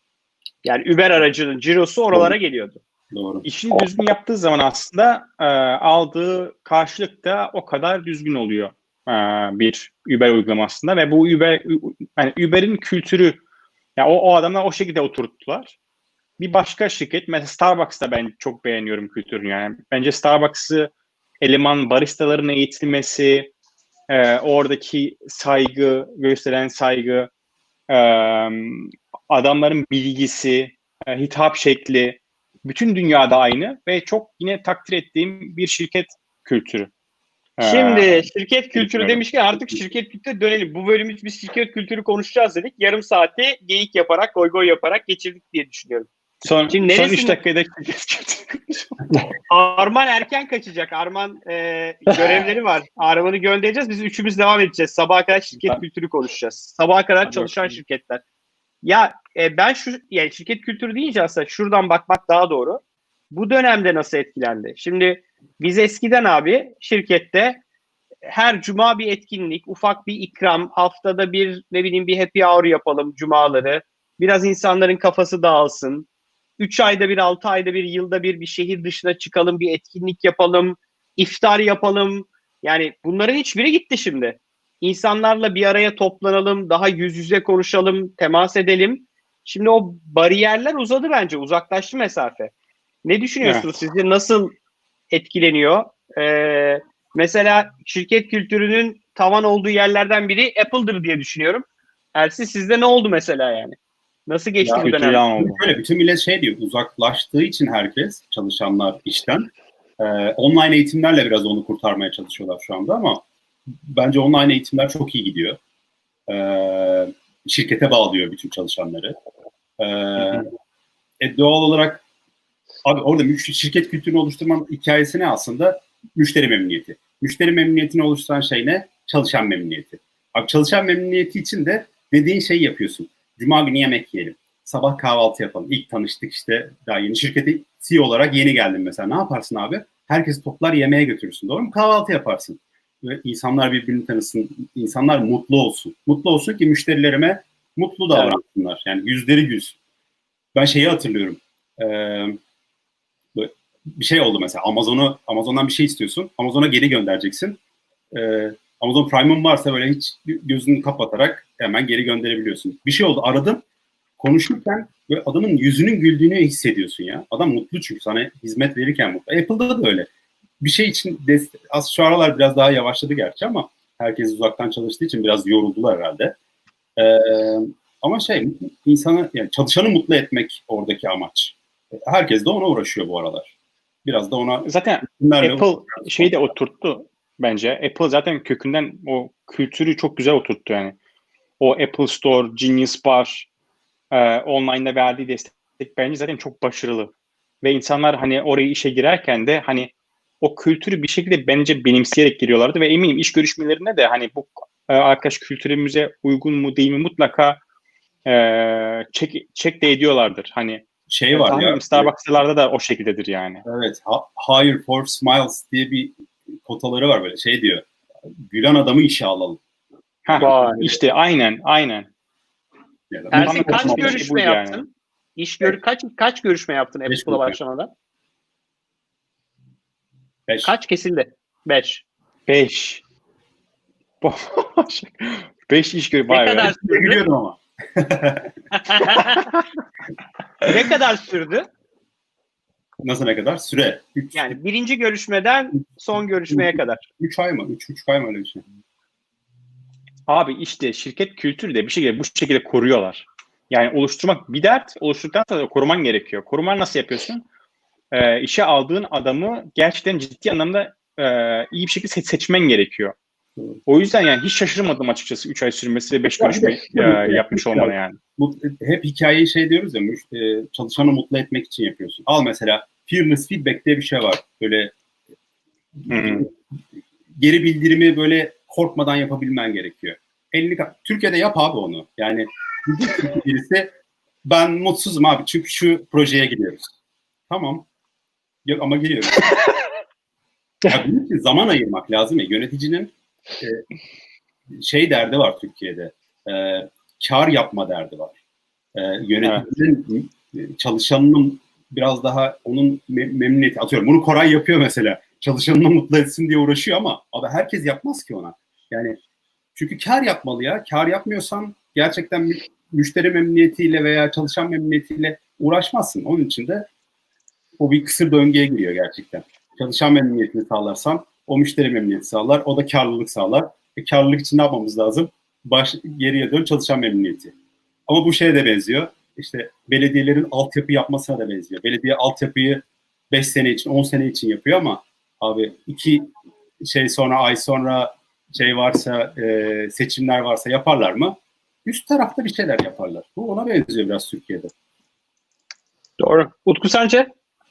Yani Uber aracının cirosu oralara geliyordu. Doğru. İşini düzgün yaptığı zaman aslında e, aldığı karşılık da o kadar düzgün oluyor e, bir Uber uygulamasında ve bu Uber yani Uber'in kültürü ya o, o adamlar o şekilde oturttular. Bir başka şirket mesela Starbucks'ta ben çok beğeniyorum kültürünü yani. Bence Starbucks'ı eleman baristaların eğitilmesi, e, oradaki saygı, gösteren saygı, e, adamların bilgisi, e, hitap şekli bütün dünyada aynı ve çok yine takdir ettiğim bir şirket kültürü. Şimdi Ee, şirket kültürü bilmiyorum. demişken artık şirket kültürü dönelim. Bu bölümü biz şirket kültürü konuşacağız dedik. Yarım saati geyik yaparak, goy goy yaparak geçirdik diye düşünüyorum. Son, Şimdi son neresinde- üç dakikada şirket kültürü. Arman erken kaçacak. Arman e, görevleri var. Arman'ı göndereceğiz. Biz üçümüz devam edeceğiz. Sabaha kadar şirket Hadi. kültürü konuşacağız. Sabaha kadar Hadi çalışan bakalım. şirketler. Ya e, ben şu yani şirket kültürü deyince aslında şuradan bakmak daha doğru. Bu dönemde nasıl etkilendi? Şimdi biz eskiden abi şirkette her cuma bir etkinlik, ufak bir ikram, haftada bir ne bileyim bir happy hour yapalım cumaları. Biraz insanların kafası dağılsın. Üç ayda bir, altı ayda bir, yılda bir bir şehir dışına çıkalım, bir etkinlik yapalım, iftar yapalım. Yani bunların hiçbiri gitti şimdi. İnsanlarla bir araya toplanalım, daha yüz yüze konuşalım, temas edelim. Şimdi o bariyerler uzadı bence, uzaklaştı mesafe. Ne düşünüyorsunuz? Sizce nasıl etkileniyor? Ee, mesela şirket kültürünün tavan olduğu yerlerden biri Apple'dır diye düşünüyorum. Ersin sizde ne oldu mesela yani? Nasıl geçti Ya, bu Kültür dönem? yalan oldu. Şöyle bütün millet şey diyor, uzaklaştığı için herkes, çalışanlar işten e, online eğitimlerle biraz onu kurtarmaya çalışıyorlar şu anda ama bence online eğitimler çok iyi gidiyor. E, şirkete bağlıyor bütün çalışanları. E, e, doğal olarak abi orada müş- şirket kültürünü oluşturmanın hikayesi ne aslında? Müşteri memnuniyeti. Müşteri memnuniyetini oluşturan şey ne? Çalışan memnuniyeti. Abi çalışan memnuniyeti için de dediğin şeyi yapıyorsun. Cuma günü yemek yiyelim. Sabah kahvaltı yapalım. İlk tanıştık işte daha yeni şirkete C E O olarak yeni geldim mesela. Ne yaparsın abi? Herkes toplar yemeğe götürürsün. Doğru mu? Kahvaltı yaparsın. Ve insanlar birbirini tanısın. İnsanlar mutlu olsun. Mutlu olsun ki müşterilerime mutlu davransınlar. Yani yüzleri yüz. Ben şeyi hatırlıyorum. Ee, bir şey oldu mesela. Amazon'u Amazon'dan bir şey istiyorsun. Amazon'a geri göndereceksin. Ee, Amazon Prime'ın varsa böyle hiç gözünü kapatarak hemen geri gönderebiliyorsun. Bir şey oldu. Aradım. Konuşurken böyle adamın yüzünün güldüğünü hissediyorsun ya. Adam mutlu çünkü sana hizmet verirken mutlu. Apple'da da öyle. Bir şey için dest- az şu aralar biraz daha yavaşladı gerçi ama herkes uzaktan çalıştığı için biraz yoruldular herhalde. Ee, ama şey insanı yani çalışanı mutlu etmek oradaki amaç. Herkes de ona uğraşıyor bu aralar. Biraz da ona Zaten kimlerle Apple şeyi de oturttu bence. Apple zaten kökünden o kültürü çok güzel oturttu yani. O Apple Store, Genius Bar, e, online'da verdiği destek bence zaten çok başarılı. Ve insanlar hani oraya işe girerken de hani o kültürü bir şekilde bence benimseyerek giriyorlardı ve eminim iş görüşmelerinde de hani bu e, arkadaş kültürümüze uygun mu değil mi mutlaka e, çek, çek de ediyorlardır. Hani Şey var tahminim ya. Starbucks'larda da o şekildedir yani. Evet. Ha- Hire for Smiles diye bir kotaları var böyle. Şey diyor. Gülen adamı işe alalım. Ha, Vay. işte aynen aynen. Yani, Ersin Tamamen kaç konuşma görüşme şey buydu yaptın? yani. İş gör kaç kaç görüşme yaptın Beş Apple'la görüşme. başlamadan? Beş. Kaç kesildi? beş. Beş. Beş iş görüyor. Ne Vay be. kadar Ben sürdü? gülüyordum ama. Ne kadar sürdü? Nasıl ne kadar? Süre. Üç, Yani birinci görüşmeden son görüşmeye kadar. üç ay mı? Üç, üç ay mı öyle bir şey? Abi işte şirket kültürü de bir şekilde bu şekilde koruyorlar. Yani oluşturmak bir dert, oluşturduktan sonra koruman gerekiyor. Koruman nasıl yapıyorsun? Ee, işe aldığın adamı gerçekten ciddi anlamda e, iyi bir şekilde se- seçmen gerekiyor. O yüzden yani hiç şaşırmadım açıkçası üç ay sürmesi ve beş görüşme e, yapmış olmana yani. Bu, hep hikayeyi şey diyoruz ya, müş- e, çalışanı mutlu etmek için yapıyorsun. Al mesela fearless feedback diye bir şey var. Böyle Hı-hı. geri bildirimi böyle korkmadan yapabilmen gerekiyor. elli Türkiye'de yap abi onu. Yani birisi ben mutsuzum abi çünkü şu projeye gidiyoruz. Tamam. Yok ama giriyoruz. Ya bunun için zaman ayırmak lazım ya. Yöneticinin e, şey derdi var Türkiye'de. E, kar yapma derdi var. E, yöneticinin evet. çalışanının biraz daha onun mem- memnuniyeti atıyorum. Bunu Koray yapıyor mesela. Çalışanını mutlu etsin diye uğraşıyor ama abi herkes yapmaz ki ona. Yani çünkü kar yapmalı ya. Kar yapmıyorsan gerçekten mü- müşteri memnuniyetiyle veya çalışan memnuniyetiyle uğraşmazsın. Onun için de o bir kısır döngüye giriyor gerçekten. Çalışan memnuniyetini sağlarsan o müşteri memnuniyeti sağlar. O da karlılık sağlar. E, karlılık için ne yapmamız lazım? Baş, geriye dön çalışan memnuniyeti. Ama bu şeye de benziyor. İşte belediyelerin altyapı yapmasına da benziyor. Belediye altyapıyı beş sene için, on sene için yapıyor ama abi iki şey sonra, ay sonra şey varsa, e, seçimler varsa yaparlar mı? Üst tarafta bir şeyler yaparlar. Bu ona benziyor biraz Türkiye'de. Doğru. Utku sence?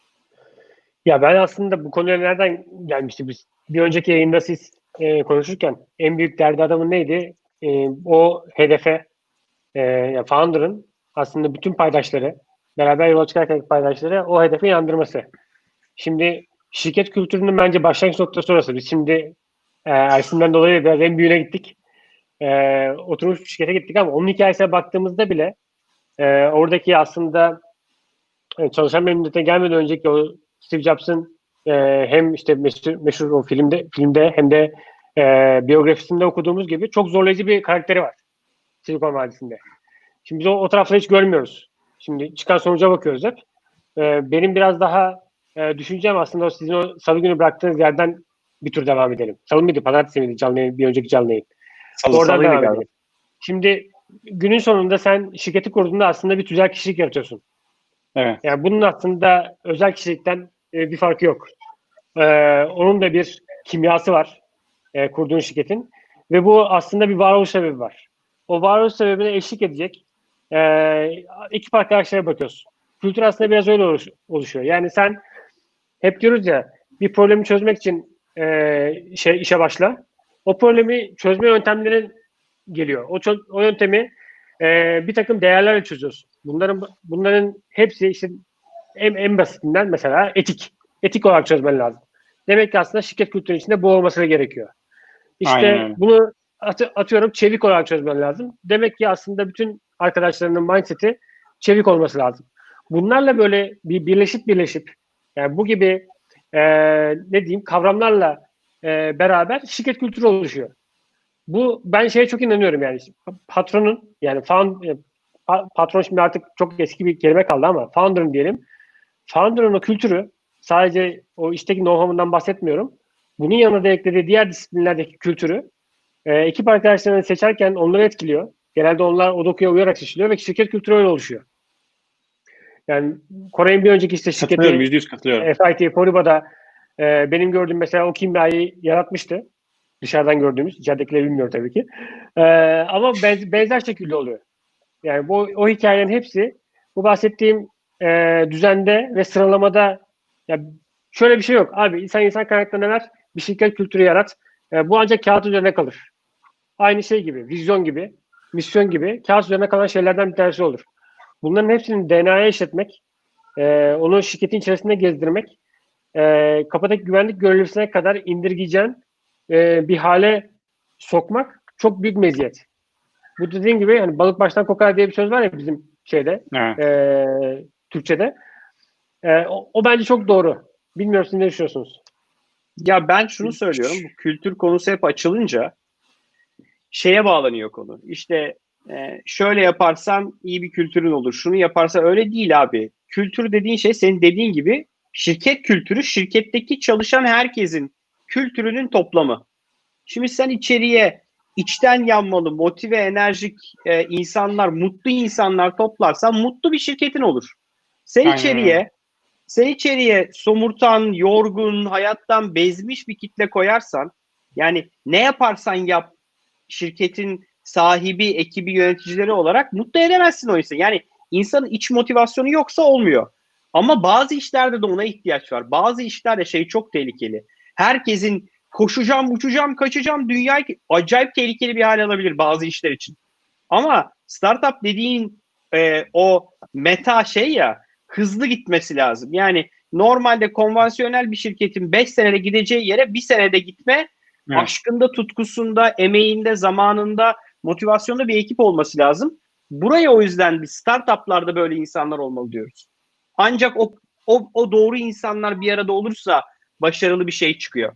Ya ben aslında bu konuya nereden gelmişti biz? Bir önceki yayında siz e, konuşurken en büyük derdi adamın neydi? E, o hedefe e, yani founder'ın aslında bütün paydaşları, beraber yola çıkarken paydaşları o hedefe inandırması. Şimdi şirket kültürünün bence başlangıç noktası orası. Biz şimdi e, Ersin'den dolayı biraz en büyüğüne gittik. E, oturmuş bir şirkete gittik ama onun hikayesine baktığımızda bile e, oradaki aslında e, çalışan memnuniyetine gelmeden önceki o Steve Jobs'ın e, hem işte meşhur, meşhur o filmde filmde hem de e, biyografisinde okuduğumuz gibi çok zorlayıcı bir karakteri var Silikon Vadisi'nde. Şimdi biz o, o tarafları hiç görmüyoruz. Şimdi çıkan sonuca bakıyoruz hep. E, benim biraz daha e, düşüncem aslında o sizin o salı günü bıraktığınız yerden bir tur devam edelim. Salı mıydı, pazartesi miydi canlı yayın, bir önceki canlı yayın. Salı, Oradan salıydı devam galiba. edelim. Şimdi günün sonunda sen şirketi kurduğunda aslında bir tüzel kişilik yaratıyorsun. Evet. Yani bunun aslında özel kişilikten e, bir farkı yok. E, onun da bir kimyası var e, kurduğun şirketin ve bu aslında bir varoluş sebebi var. O varoluş sebebine eşlik edecek e, ekip arkadaşlara bakıyorsun. Kültür aslında biraz öyle oluş, oluşuyor. Yani sen hep diyoruz ya bir problemi çözmek için e, şey işe başla. O problemi çözme yöntemlerin geliyor. O, çö- o yöntemi e, bir takım değerlerle çözüyorsun. Bunların bunların hepsi işte en, en basitinden mesela etik. Etik olarak çözmen lazım. Demek ki aslında şirket kültürünün içinde bu olması gerekiyor. Aynen İşte öyle. bunu at- atıyorum çevik olarak çözmen lazım. Demek ki aslında bütün arkadaşlarının mindset'i çevik olması lazım. Bunlarla böyle bir birleşip birleşip yani bu gibi e, ne diyeyim kavramlarla e, beraber şirket kültürü oluşuyor. Bu ben şeye çok inanıyorum yani patronun yani found, patron şimdi artık çok eski bir kelime kaldı ama founder'ın diyelim. Founder'ın o kültürü sadece o işteki know-how'undan bahsetmiyorum. Bunun yanında da eklediği diğer disiplinlerdeki kültürü e, ekip arkadaşlarını seçerken onları etkiliyor. Genelde onlar o dokuya uyarak seçiliyor ve şirket kültürü öyle oluşuyor. Yani Koray'ın bir önceki işte Katılıyorum. şirketi Yüzde yüz katılıyorum. F I T Poliba'da e, benim gördüğüm mesela o kimyayı yaratmıştı. Dışarıdan gördüğümüz. İçeridekileri bilmiyor tabii ki. E, ama benz, benzer şekilde oluyor. Yani bu o hikayenin hepsi bu bahsettiğim e, düzende ve sıralamada ya şöyle bir şey yok. Abi insan insan kaynaklarına ver, bir şirket kültürü yarat. E, bu ancak kağıt üzerine kalır. Aynı şey gibi, vizyon gibi. misyon gibi kağıt üzerine kalan şeylerden bir tanesi olur. Bunların hepsini D N A'ya işletmek, e, onu şirketin içerisinde gezdirmek, e, kapıdaki güvenlik görevlisine kadar indirgeyeceğin e, bir hale sokmak çok büyük meziyet. Bu dediğim gibi hani balık baştan kokar diye bir söz var ya bizim şeyde, Evet. e, Türkçe'de. E, o, o bence çok doğru. Bilmiyorum siz ne düşünüyorsunuz? Ya ben şunu söylüyorum. Bu kültür konusu hep açılınca şeye bağlanıyor konu. İşte e, şöyle yaparsan iyi bir kültürün olur. Şunu yaparsan öyle değil abi. Kültür dediğin şey senin dediğin gibi şirket kültürü, şirketteki çalışan herkesin kültürünün toplamı. Şimdi sen içeriye içten yanmalı, motive, enerjik e, insanlar, mutlu insanlar toplarsan mutlu bir şirketin olur. Sen Aynen içeriye öyle. sen içeriye somurtan, yorgun, hayattan bezmiş bir kitle koyarsan, yani ne yaparsan yap, şirketin sahibi, ekibi, yöneticileri olarak mutlu edemezsin o insanı. Yani insanın iç motivasyonu yoksa olmuyor. Ama bazı işlerde de ona ihtiyaç var. Bazı işlerde şey çok tehlikeli. Herkesin koşacağım, uçacağım, kaçacağım, dünya acayip tehlikeli bir hal alabilir bazı işler için. Ama startup dediğin e, o meta şey ya, hızlı gitmesi lazım. Yani normalde konvansiyonel bir şirketin beş senede gideceği yere bir senede gitme, Evet. aşkında, tutkusunda, emeğinde, zamanında, motivasyonda bir ekip olması lazım. Buraya o yüzden biz startuplarda böyle insanlar olmalı diyoruz. Ancak o, o, o doğru insanlar bir arada olursa başarılı bir şey çıkıyor.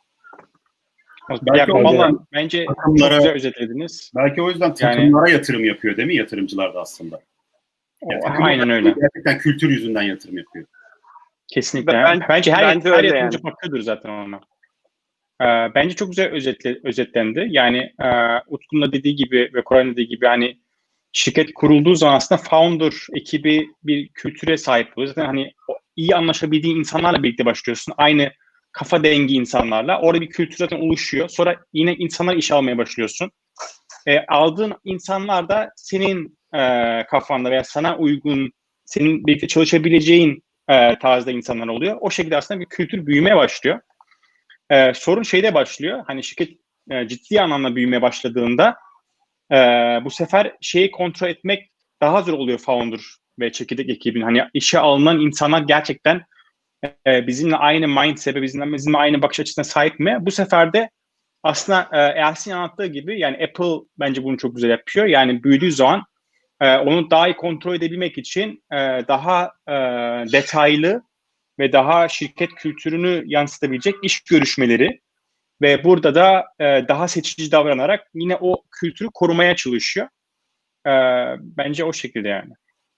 Belki Ya, o vallahi yüzden bence çok takımlara- güzel özetlediniz. Belki o yüzden Yani- takımlara yatırım yapıyor değil mi yatırımcılar da aslında? Yani O- takımlar aynen öyle. gerçekten kültür yüzünden yatırım yapıyor. Kesinlikle. Ben- bence her, bence her öyle yatırımcı yani. bakıyordur zaten ona. Ee, bence çok güzel özetle, özetlendi. Yani e, Utku'nun da dediği gibi ve Koray'ın dediği gibi hani şirket kurulduğu zaman aslında founder ekibi bir kültüre sahip oluyor. Zaten hani o iyi anlaşabildiğin insanlarla birlikte başlıyorsun. Aynı kafa dengi insanlarla. Orada bir kültür zaten oluşuyor. Sonra yine insanlar iş almaya başlıyorsun. E, aldığın insanlar da senin e, kafanda veya sana uygun, senin birlikte çalışabileceğin e, tarzda insanlar oluyor. O şekilde aslında bir kültür büyümeye başlıyor. E, sorun şeyde başlıyor. Hani şirket e, ciddi anlamda büyümeye başladığında e, bu sefer şeyi kontrol etmek daha zor oluyor founder ve çekirdek ekibin. Hani işe alınan insanlar gerçekten e, bizimle aynı mindset'e, bizimle, bizimle aynı bakış açısına sahip mi? Bu sefer de aslında e, Ersin anlattığı gibi yani Apple bence bunu çok güzel yapıyor. Yani büyüdüğü zaman e, onu daha iyi kontrol edebilmek için e, daha e, detaylı ve daha şirket kültürünü yansıtabilecek iş görüşmeleri ve burada da e, daha seçici davranarak yine o kültürü korumaya çalışıyor. E, bence o şekilde yani.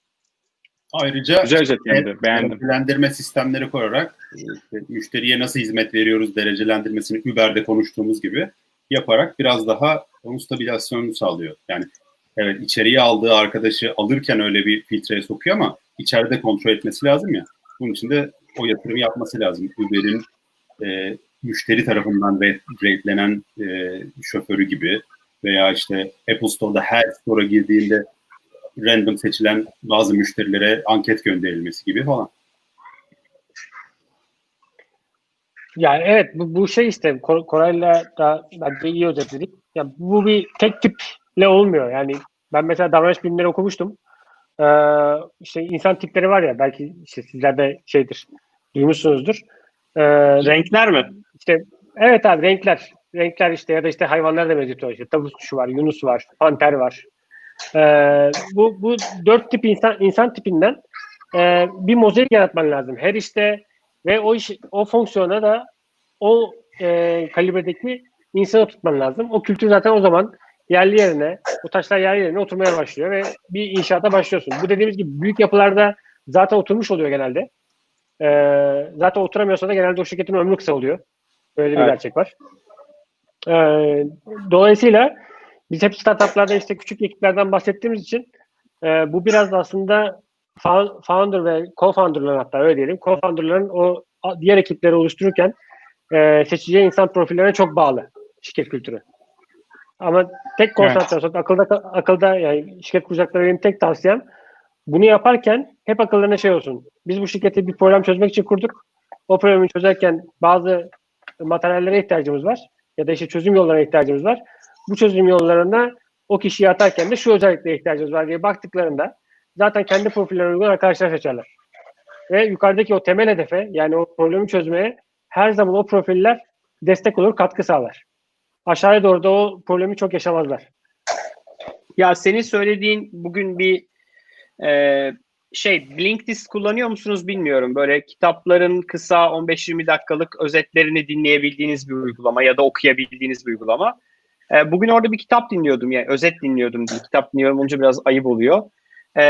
Ayrıca Güzel özetlendi, beğendim. derecelendirme sistemleri koyarak işte müşteriye nasıl hizmet veriyoruz derecelendirmesini Uber'de konuştuğumuz gibi yaparak biraz daha onun stabilizasyonunu sağlıyor. Yani evet içeriye aldığı arkadaşı alırken öyle bir filtreye sokuyor ama içeride kontrol etmesi lazım ya. Bunun için de o yatırımı yapması lazım. Uber'in e, müşteri tarafından ratelenen e, şoförü gibi veya işte Apple Store'da her store'a girdiğinde random seçilen bazı müşterilere anket gönderilmesi gibi falan. Yani evet bu, bu şey işte Kor- Koray'la da bence iyi özetledik. Ya bu bir tek tiple olmuyor. Yani ben mesela davranış bilimleri okumuştum. Ee, işte insan tipleri var ya belki işte sizler de şeydir duymuşsunuzdur. Ee, Renkler mi? İşte evet abi renkler. Renkler işte ya da işte hayvanlar da mevcut. İşte tavus kuşu var, yunus var, panter var. Ee, bu bu dört tip insan insan tipinden e, bir mozaik yaratman lazım. Her işte ve o iş o fonksiyona da o e, kalibredeki insanı tutman lazım. O kültür zaten o zaman yerli yerine, o taşlar yerli yerine oturmaya başlıyor ve bir inşaata başlıyorsun. Bu dediğimiz gibi büyük yapılarda zaten oturmuş oluyor genelde. Ee, zaten oturamıyorsa da genelde o şirketin ömrü kısa oluyor. Böyle bir Evet. gerçek var. Ee, dolayısıyla biz hep startuplarda işte küçük ekiplerden bahsettiğimiz için e, bu biraz da aslında founder ve co-founder'ların hatta öyle diyelim. Co-founder'ların o diğer ekipleri oluştururken e, seçeceği insan profillerine çok bağlı şirket kültürü. Ama tek konsantrasyon, evet. akılda akılda yani şirket kuracakları benim tek tavsiyem bunu yaparken hep akıllarına şey olsun. Biz bu şirketi bir problem çözmek için kurduk. O problemi çözerken bazı materyallere ihtiyacımız var ya da işte çözüm yollarına ihtiyacımız var. Bu çözüm yollarına o kişiyi atarken de şu özelliklere ihtiyacımız var diye baktıklarında zaten kendi profillerine uygun arkadaşlar seçerler. Ve yukarıdaki o temel hedefe, yani o problemi çözmeye her zaman o profiller destek olur, katkı sağlar. Aşağıya doğru da o problemi çok yaşamazlar. Ya senin söylediğin bugün bir e, şey, Blinkist kullanıyor musunuz bilmiyorum. Böyle kitapların kısa on beş yirmi dakikalık özetlerini dinleyebildiğiniz bir uygulama ya da okuyabildiğiniz bir uygulama. E, bugün orada bir kitap dinliyordum, yani özet dinliyordum diye. Kitap dinliyorum olunca biraz ayıp oluyor. E,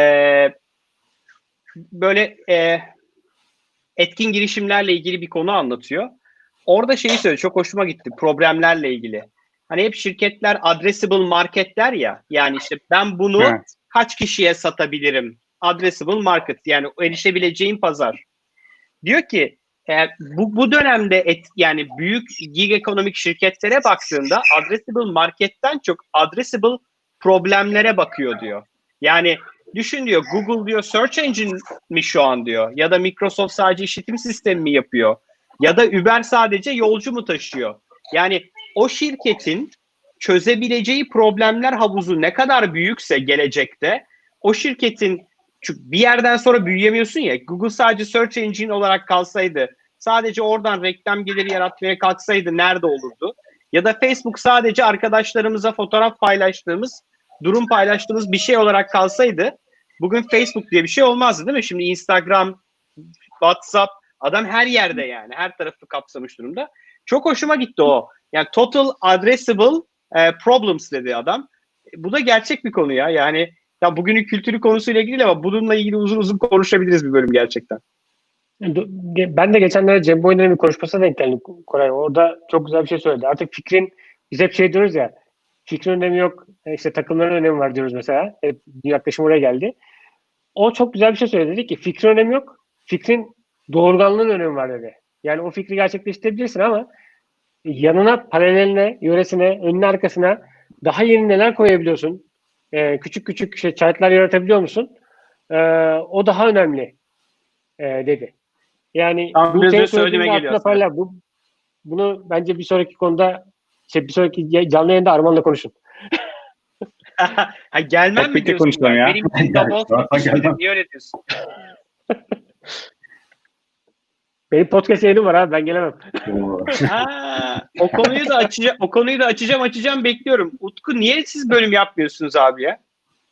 böyle e, etkin girişimlerle ilgili bir konu anlatıyor. Orada şeyi söyledi, çok hoşuma gitti, problemlerle ilgili. Hani hep şirketler addressable market der ya, yani işte ben bunu Evet. kaç kişiye satabilirim? Addressable market, yani erişebileceğim pazar. Diyor ki e, bu, bu dönemde et, yani büyük gig ekonomik şirketlere baktığında addressable marketten çok addressable problemlere bakıyor diyor. Yani düşün diyor, Google diyor search engine mi şu an diyor, ya da Microsoft sadece işletim sistemi mi yapıyor, ya da Uber sadece yolcu mu taşıyor? Yani o şirketin çözebileceği problemler havuzu ne kadar büyükse gelecekte, o şirketin, çünkü bir yerden sonra büyüyemiyorsun ya, Google sadece search engine olarak kalsaydı, sadece oradan reklam geliri yaratmaya kalksaydı nerede olurdu? Ya da Facebook sadece arkadaşlarımıza fotoğraf paylaştığımız, durum paylaştığımız bir şey olarak kalsaydı, bugün Facebook diye bir şey olmazdı değil mi? Şimdi Instagram, WhatsApp, adam her yerde, yani her tarafı kapsamış durumda. Çok hoşuma gitti o. Yani total addressable e, problems dedi adam. E, bu da gerçek bir konu ya. Yani ya bugünün kültürü konusuyla ilgili değil ama bununla ilgili uzun uzun konuşabiliriz bir bölüm gerçekten. Ben de geçenlerde Cem Boyner'in bir konuşmasına denk geldim Koray. Orada çok güzel bir şey söyledi. Artık fikrin, biz hep şey diyoruz ya, fikrin önemi yok, işte takımların önemi var diyoruz mesela. Hep yaklaşım oraya geldi. O çok güzel bir şey söyledi. Dedi ki fikrin önemi yok, fikrin doğurganlığın önemi var dedi. Yani o fikri gerçekleştirebilirsin ama yanına, paraleline, yöresine, önüne, arkasına daha yeni neler koyabiliyorsun? Ee, küçük küçük şey, çarklar yaratabiliyor musun? Ee, o daha önemli e, dedi. Yani Tam bu biraz senin önce söylediğime söylediğinle geliyor aslında paralel. Bu, bunu bence bir sonraki konuda, şey, bir sonraki canlı yayında Arman'la konuşun. Ha, gelmem Hep mi birlikte diyorsun? konuşalım Ben? ya. Benim için Yani, double zaten finish gelmem. midir? Niye öyle diyorsun? Benim podcast yayınım var abi, ben gelemem. Oo. Ha, o konuyu da açacağım, o konuyu da açacağım, açacağım bekliyorum. Utku, niye siz bölüm yapmıyorsunuz abi ya?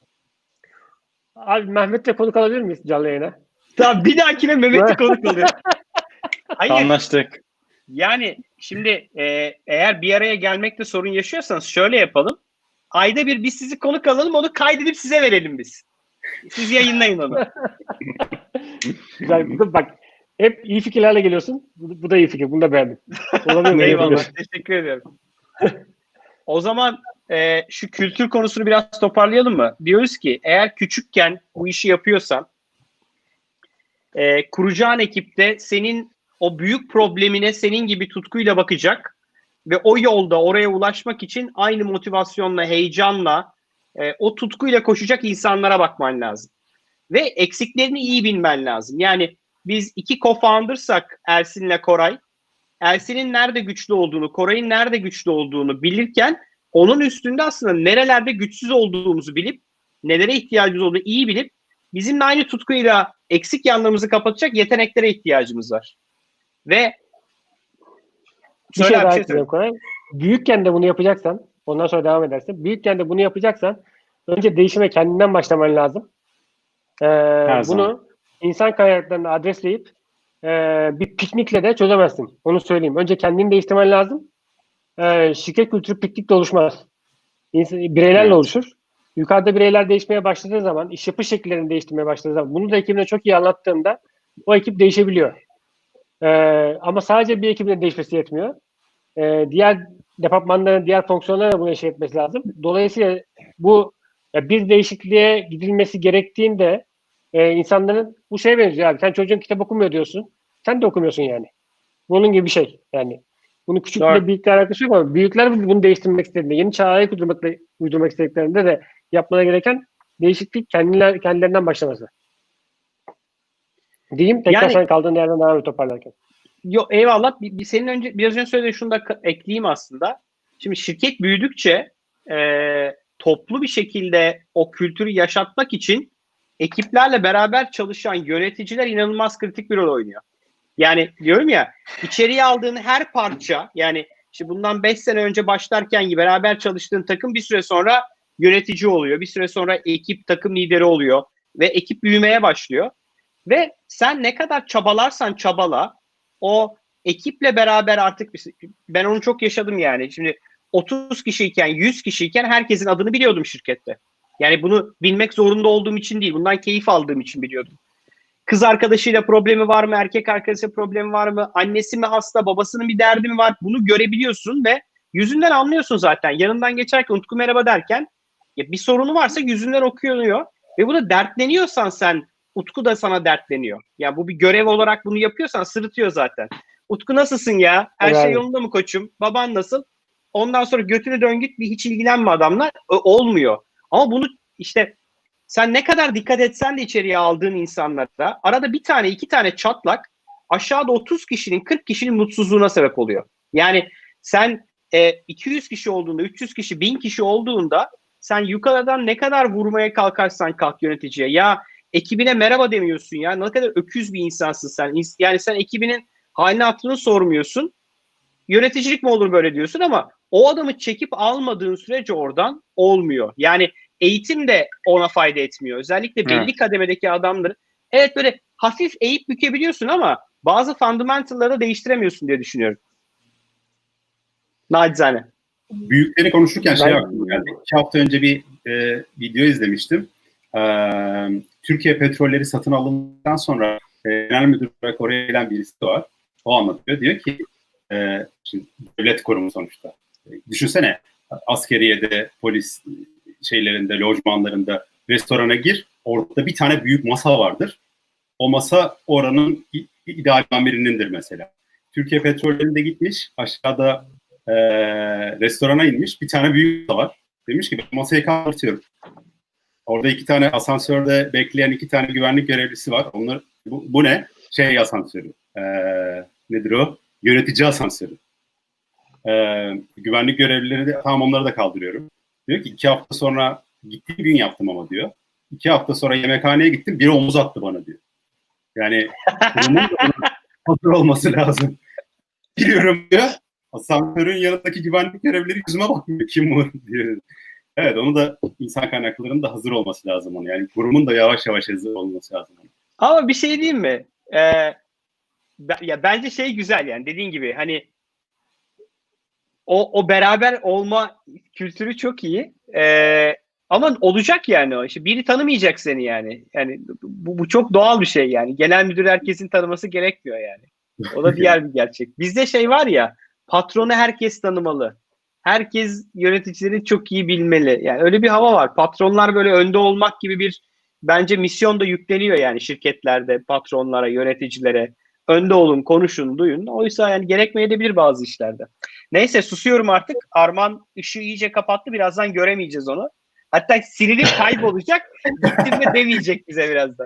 Abi Mehmet'le konuk alabilir miyiz canlı yayına? Tamam, bir dahakine Mehmet'i konuk alıyorum. Hayır. Anlaştık. Yani şimdi e, eğer bir araya gelmekte sorun yaşıyorsanız şöyle yapalım. Ayda bir biz sizi konuk alalım, onu kaydedip size verelim biz. Siz yayınlayın onu. Güzel. Bak, hep iyi fikirlerle geliyorsun. Bu, bu da iyi fikir. Bunu da beğendim. Olabilir mi? Eyvallah. Yapabiliriz. Teşekkür ediyorum. O zaman e, şu kültür konusunu biraz toparlayalım mı? Diyoruz ki eğer küçükken bu işi yapıyorsan, e, kuracağın ekipte senin o büyük problemine senin gibi tutkuyla bakacak ve o yolda oraya ulaşmak için aynı motivasyonla, heyecanla, e, o tutkuyla koşacak insanlara bakman lazım. Ve eksiklerini iyi bilmen lazım. Yani biz iki co-founder'sak Ersin'le Koray, Ersin'in nerede güçlü olduğunu, Koray'ın nerede güçlü olduğunu bilirken onun üstünde aslında nerelerde güçsüz olduğumuzu bilip, nelere ihtiyacımız olduğunu iyi bilip bizimle aynı tutkuyla eksik yanlarımızı kapatacak yeteneklere ihtiyacımız var. Ve Bir şey söyle abi, daha bir şey ekleyeceğim söyle. Koray. Büyükken de bunu yapacaksan, ondan sonra devam edersin. Büyükken de bunu yapacaksan önce değişime kendinden başlaman lazım. Ee, Her bunu zaman. insan kaynaklarını adresleyip e, bir piknikle de çözemezsin. Onu söyleyeyim. Önce kendini değiştirmen lazım. Ee, şirket kültürü piknikle oluşmaz. İnsan, bireylerle Evet. oluşur. Yukarıda bireyler değişmeye başladığı zaman, iş yapış şekillerini değiştirmeye başladığı zaman, bunu da ekibine çok iyi anlattığında o ekip değişebiliyor. Ee, ama sadece bir ekibin değişmesi yetmiyor. Ee, diğer departmanların, diğer fonksiyonlara da bunu eşlik etmesi lazım. Dolayısıyla bu ya bir değişikliğe gidilmesi gerektiğinde e, insanların bu şeye benziyor abi. Sen çocuğun kitap okumuyor diyorsun. Sen de okumuyorsun yani. Bunun gibi bir şey yani. Bunu küçükle Doğru. büyükle alakası yok ama büyükler bunu değiştirmek istediğinde, yeni çağa ayak uydurmak, uydurmak istediklerinde de yapmaları gereken değişiklik kendiler, kendilerinden başlaması. Diyeyim, tekrar Yani sen kaldığın yerden devam et toparlarken. yo, eyvallah. Bir, bir senin önce biraz önce söylediğin şunu da ka- ekleyeyim aslında. Şimdi şirket büyüdükçe e, toplu bir şekilde o kültürü yaşatmak için ekiplerle beraber çalışan yöneticiler inanılmaz kritik bir rol oynuyor. Yani diyorum ya, içeriye aldığın her parça, yani işte bundan beş sene önce başlarken beraber çalıştığın takım bir süre sonra yönetici oluyor. Bir süre sonra ekip takım lideri oluyor ve ekip büyümeye başlıyor. Ve sen ne kadar çabalarsan çabala, o ekiple beraber artık, ben onu çok yaşadım yani. Şimdi otuz kişiyken, yüz kişiyken herkesin adını biliyordum şirkette. Yani bunu bilmek zorunda olduğum için değil, bundan keyif aldığım için biliyordum. Kız arkadaşıyla problemi var mı, erkek arkadaşıyla problemi var mı, annesi mi hasta, babasının bir derdi mi var, bunu görebiliyorsun ve yüzünden anlıyorsun zaten. Yanından geçerken Utku merhaba derken ya bir sorunu varsa yüzünden okuyor ve bu da dertleniyorsan sen, Utku da sana dertleniyor. Ya bu bir görev olarak bunu yapıyorsan sırıtıyor zaten. Utku nasılsın ya? Her Evet. şey yolunda mı koçum? Baban nasıl? Ondan sonra götünü dön git, bir hiç ilgilenme adamla. O, olmuyor. Ama bunu işte sen ne kadar dikkat etsen de içeriye aldığın insanlara arada bir tane iki tane çatlak aşağıda otuz kişinin kırk kişinin mutsuzluğuna sebep oluyor. Yani sen e, iki yüz kişi olduğunda, üç yüz kişi, bin kişi olduğunda sen yukarıdan ne kadar vurmaya kalkarsan kalk yöneticiye. Ya ekibine merhaba demiyorsun ya. Ne kadar öküz bir insansın sen. Yani sen ekibinin halini hatırını sormuyorsun. Yöneticilik mi olur böyle diyorsun ama o adamı çekip almadığın sürece oradan olmuyor. Yani eğitim de ona fayda etmiyor. Özellikle belli Evet. kademedeki adamları. Evet, böyle hafif eğip bükebiliyorsun ama bazı fundamental'ları da değiştiremiyorsun diye düşünüyorum. Nacizane. Büyükleri konuşurken şey Ben- aklıma geldi. İki hafta önce bir e, video izlemiştim. E, Türkiye Petrolleri satın alındıktan sonra e, genel müdür olarak oraya gelen birisi var. O anlatıyor. Diyor ki e, şimdi devlet kurumu sonuçta. E, düşünsene, askeriyede, polis şeylerinde, lojmanlarında restorana gir. Orada bir tane büyük masa vardır. O masa oranın ideal amirinindir mesela. Türkiye Petrolleri'nde gitmiş. Aşağıda e, restorana inmiş. Bir tane büyük masa var. Demiş ki ben masayı kaldırtıyorum. Orada iki tane asansörde bekleyen iki tane güvenlik görevlisi var. Onlar bu, bu ne? Şey asansörü. E, nedir o? Yönetici asansörü. E, güvenlik görevlileri de tamam, onları da kaldırıyorum. Diyor ki iki hafta sonra gittiğim gün yaptım ama diyor. İki hafta sonra yemekhaneye gittim. Biri omuz attı bana diyor. Yani kurumun da hazır olması lazım. Giriyorum diyor. Asansörün yanındaki güvenlik görevlileri yüzüme bakmıyor. Kim bu diyor. Evet, onu da insan kaynaklarının da hazır olması lazım onu. Yani kurumun da yavaş yavaş hazır olması lazım. Ama bir şey diyeyim mi? Ee, ya bence şey güzel yani, dediğin gibi hani o o beraber olma kültürü çok iyi. Ee, ama olacak yani o. İşte biri tanımayacak seni yani. Yani bu, bu çok doğal bir şey yani. Genel müdür herkesin tanıması gerekmiyor yani. O da diğer bir gerçek. Bizde şey var ya, patronu herkes tanımalı. Herkes yöneticileri çok iyi bilmeli. Yani öyle bir hava var. Patronlar böyle önde olmak gibi bir bence misyon da yükleniyor yani şirketlerde patronlara, yöneticilere. Önde olun, konuşun, duyun. Oysa yani gerekmeyebilir bazı işlerde. Neyse, susuyorum artık. Arman ışığı iyice kapattı. Birazdan göremeyeceğiz onu. Hatta silinip kaybolacak. Gittim de demeyecek bize birazdan.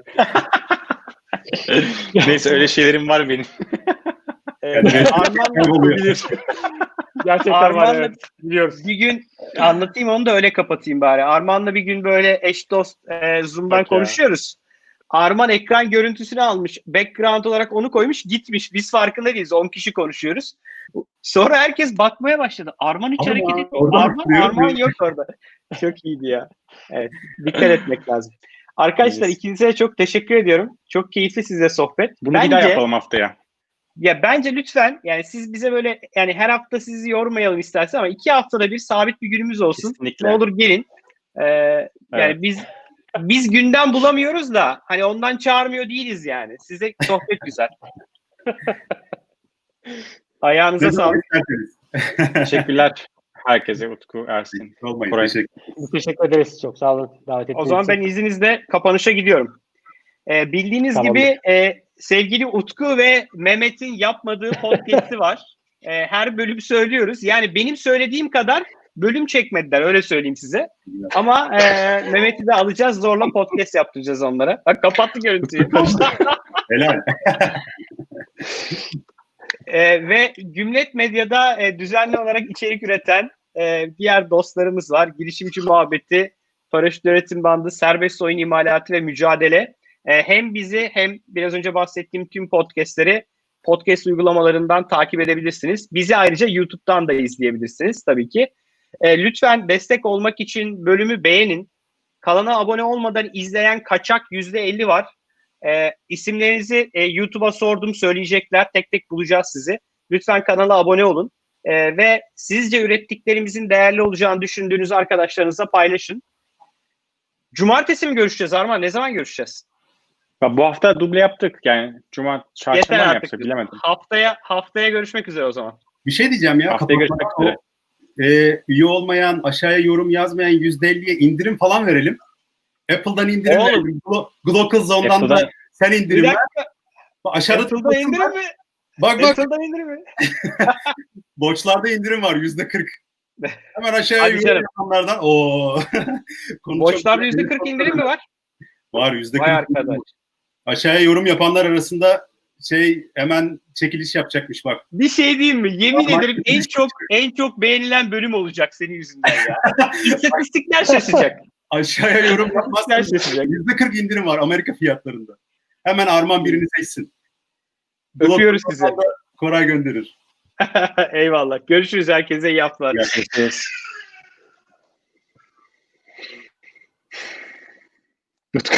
Neyse, öyle şeylerim var benim. Evet, Arman oluyor. Gerçekten Arman'la var, evet. Biliyoruz. bir gün anlatayım, onu da öyle kapatayım bari. Arman'la bir gün böyle eş dost e, Zoom'dan Bak ya. konuşuyoruz. Arman ekran görüntüsünü almış. Background olarak onu koymuş, gitmiş. Biz farkında değiliz. on kişi konuşuyoruz. Sonra herkes bakmaya başladı. Arman hiç Ama hareket ya, etmiyor. orada Arman, duruyor, Arman duruyor. yok orada. Çok iyiydi ya. Evet, dikkat etmek lazım. Arkadaşlar, Yes. ikinize çok teşekkür ediyorum. Çok keyifli size sohbet. Bunu bence, bir daha yapalım haftaya. Ya bence lütfen, yani siz bize böyle, yani her hafta sizi yormayalım istersen ama iki haftada bir sabit bir günümüz olsun. Kesinlikle. Ne olur gelin. Ee, yani Evet. biz biz gündem bulamıyoruz da hani ondan çağırmıyor değiliz yani. Size sohbet güzel. Ayağınıza sağlık. Teşekkürler herkese. Utku, Ersin, Olmayın. Koray. Teşekkür Teşekkür ederiz. Çok sağ olun davet ettiğiniz O zaman için. ben izninizle kapanışa gidiyorum. Ee, bildiğiniz Tamamdır. gibi e, sevgili Utku ve Mehmet'in yapmadığı podcast'i var. E, her bölüm söylüyoruz. Yani benim söylediğim kadar bölüm çekmediler, öyle söyleyeyim size. Ama e, Mehmet'i de alacağız, zorla podcast yaptıracağız onlara. Bak, kapattı görüntüyü. Helal. e, ve Gümlet Medya'da e, düzenli olarak içerik üreten, e, diğer dostlarımız var. Girişimci muhabbeti, paraşüt öğretim bandı, serbest oyun imalatı ve mücadele. E, hem bizi hem biraz önce bahsettiğim tüm podcastleri podcast uygulamalarından takip edebilirsiniz. Bizi ayrıca YouTube'dan da izleyebilirsiniz tabii ki. E, lütfen destek olmak için bölümü beğenin. Kanala abone olmadan izleyen kaçak yüzde elli var. E, isimlerinizi e, YouTube'a sordum, söyleyecekler. Tek tek bulacağız sizi. Lütfen kanala abone olun. E, ve sizce ürettiklerimizin değerli olacağını düşündüğünüz arkadaşlarınızla paylaşın. Cumartesi mi görüşeceğiz Arman? Ne zaman görüşeceğiz? Ya bu hafta duble yaptık. Yani Cuma, çarşamba mı yapsak bilemedim. Haftaya haftaya görüşmek üzere o zaman. Bir şey diyeceğim ya. Haftaya görüşmek üzere. E, üye olmayan, aşağıya yorum yazmayan yüzde elliye indirim falan verelim. Apple'dan indirim Oğlum. verelim. Glo- Glocal Zone'dan Apple'dan- da sen Bir indirim ver. dakika. Aşağıda Apple'da tıklasınlar. indirim mi? Bak bak. Apple'da indirim mi? Borçlarda indirim var yüzde kırk. Hemen aşağıya Hadi yorum canım. yapanlardan. Oo. Konu çok Borçlarda güzel. yüzde kırk indirim mi var? Var yüzde Vay kırk. arkadaş. Aşağıya yorum yapanlar arasında şey hemen çekiliş yapacakmış bak. Bir şey diyeyim mi? Yemin Ama- ederim en çok en çok beğenilen bölüm olacak senin yüzünden ya. İstatistikler şaşacak. Aşağıya yorum yapmazsan İstatistikler şaşacak. yüzde kırk indirim var Amerika fiyatlarında. Hemen Arman birini seçsin. Öpüyoruz Blog- sizi. Koray gönderir. Eyvallah. Görüşürüz herkese. İyi haftalar. Görüşürüz.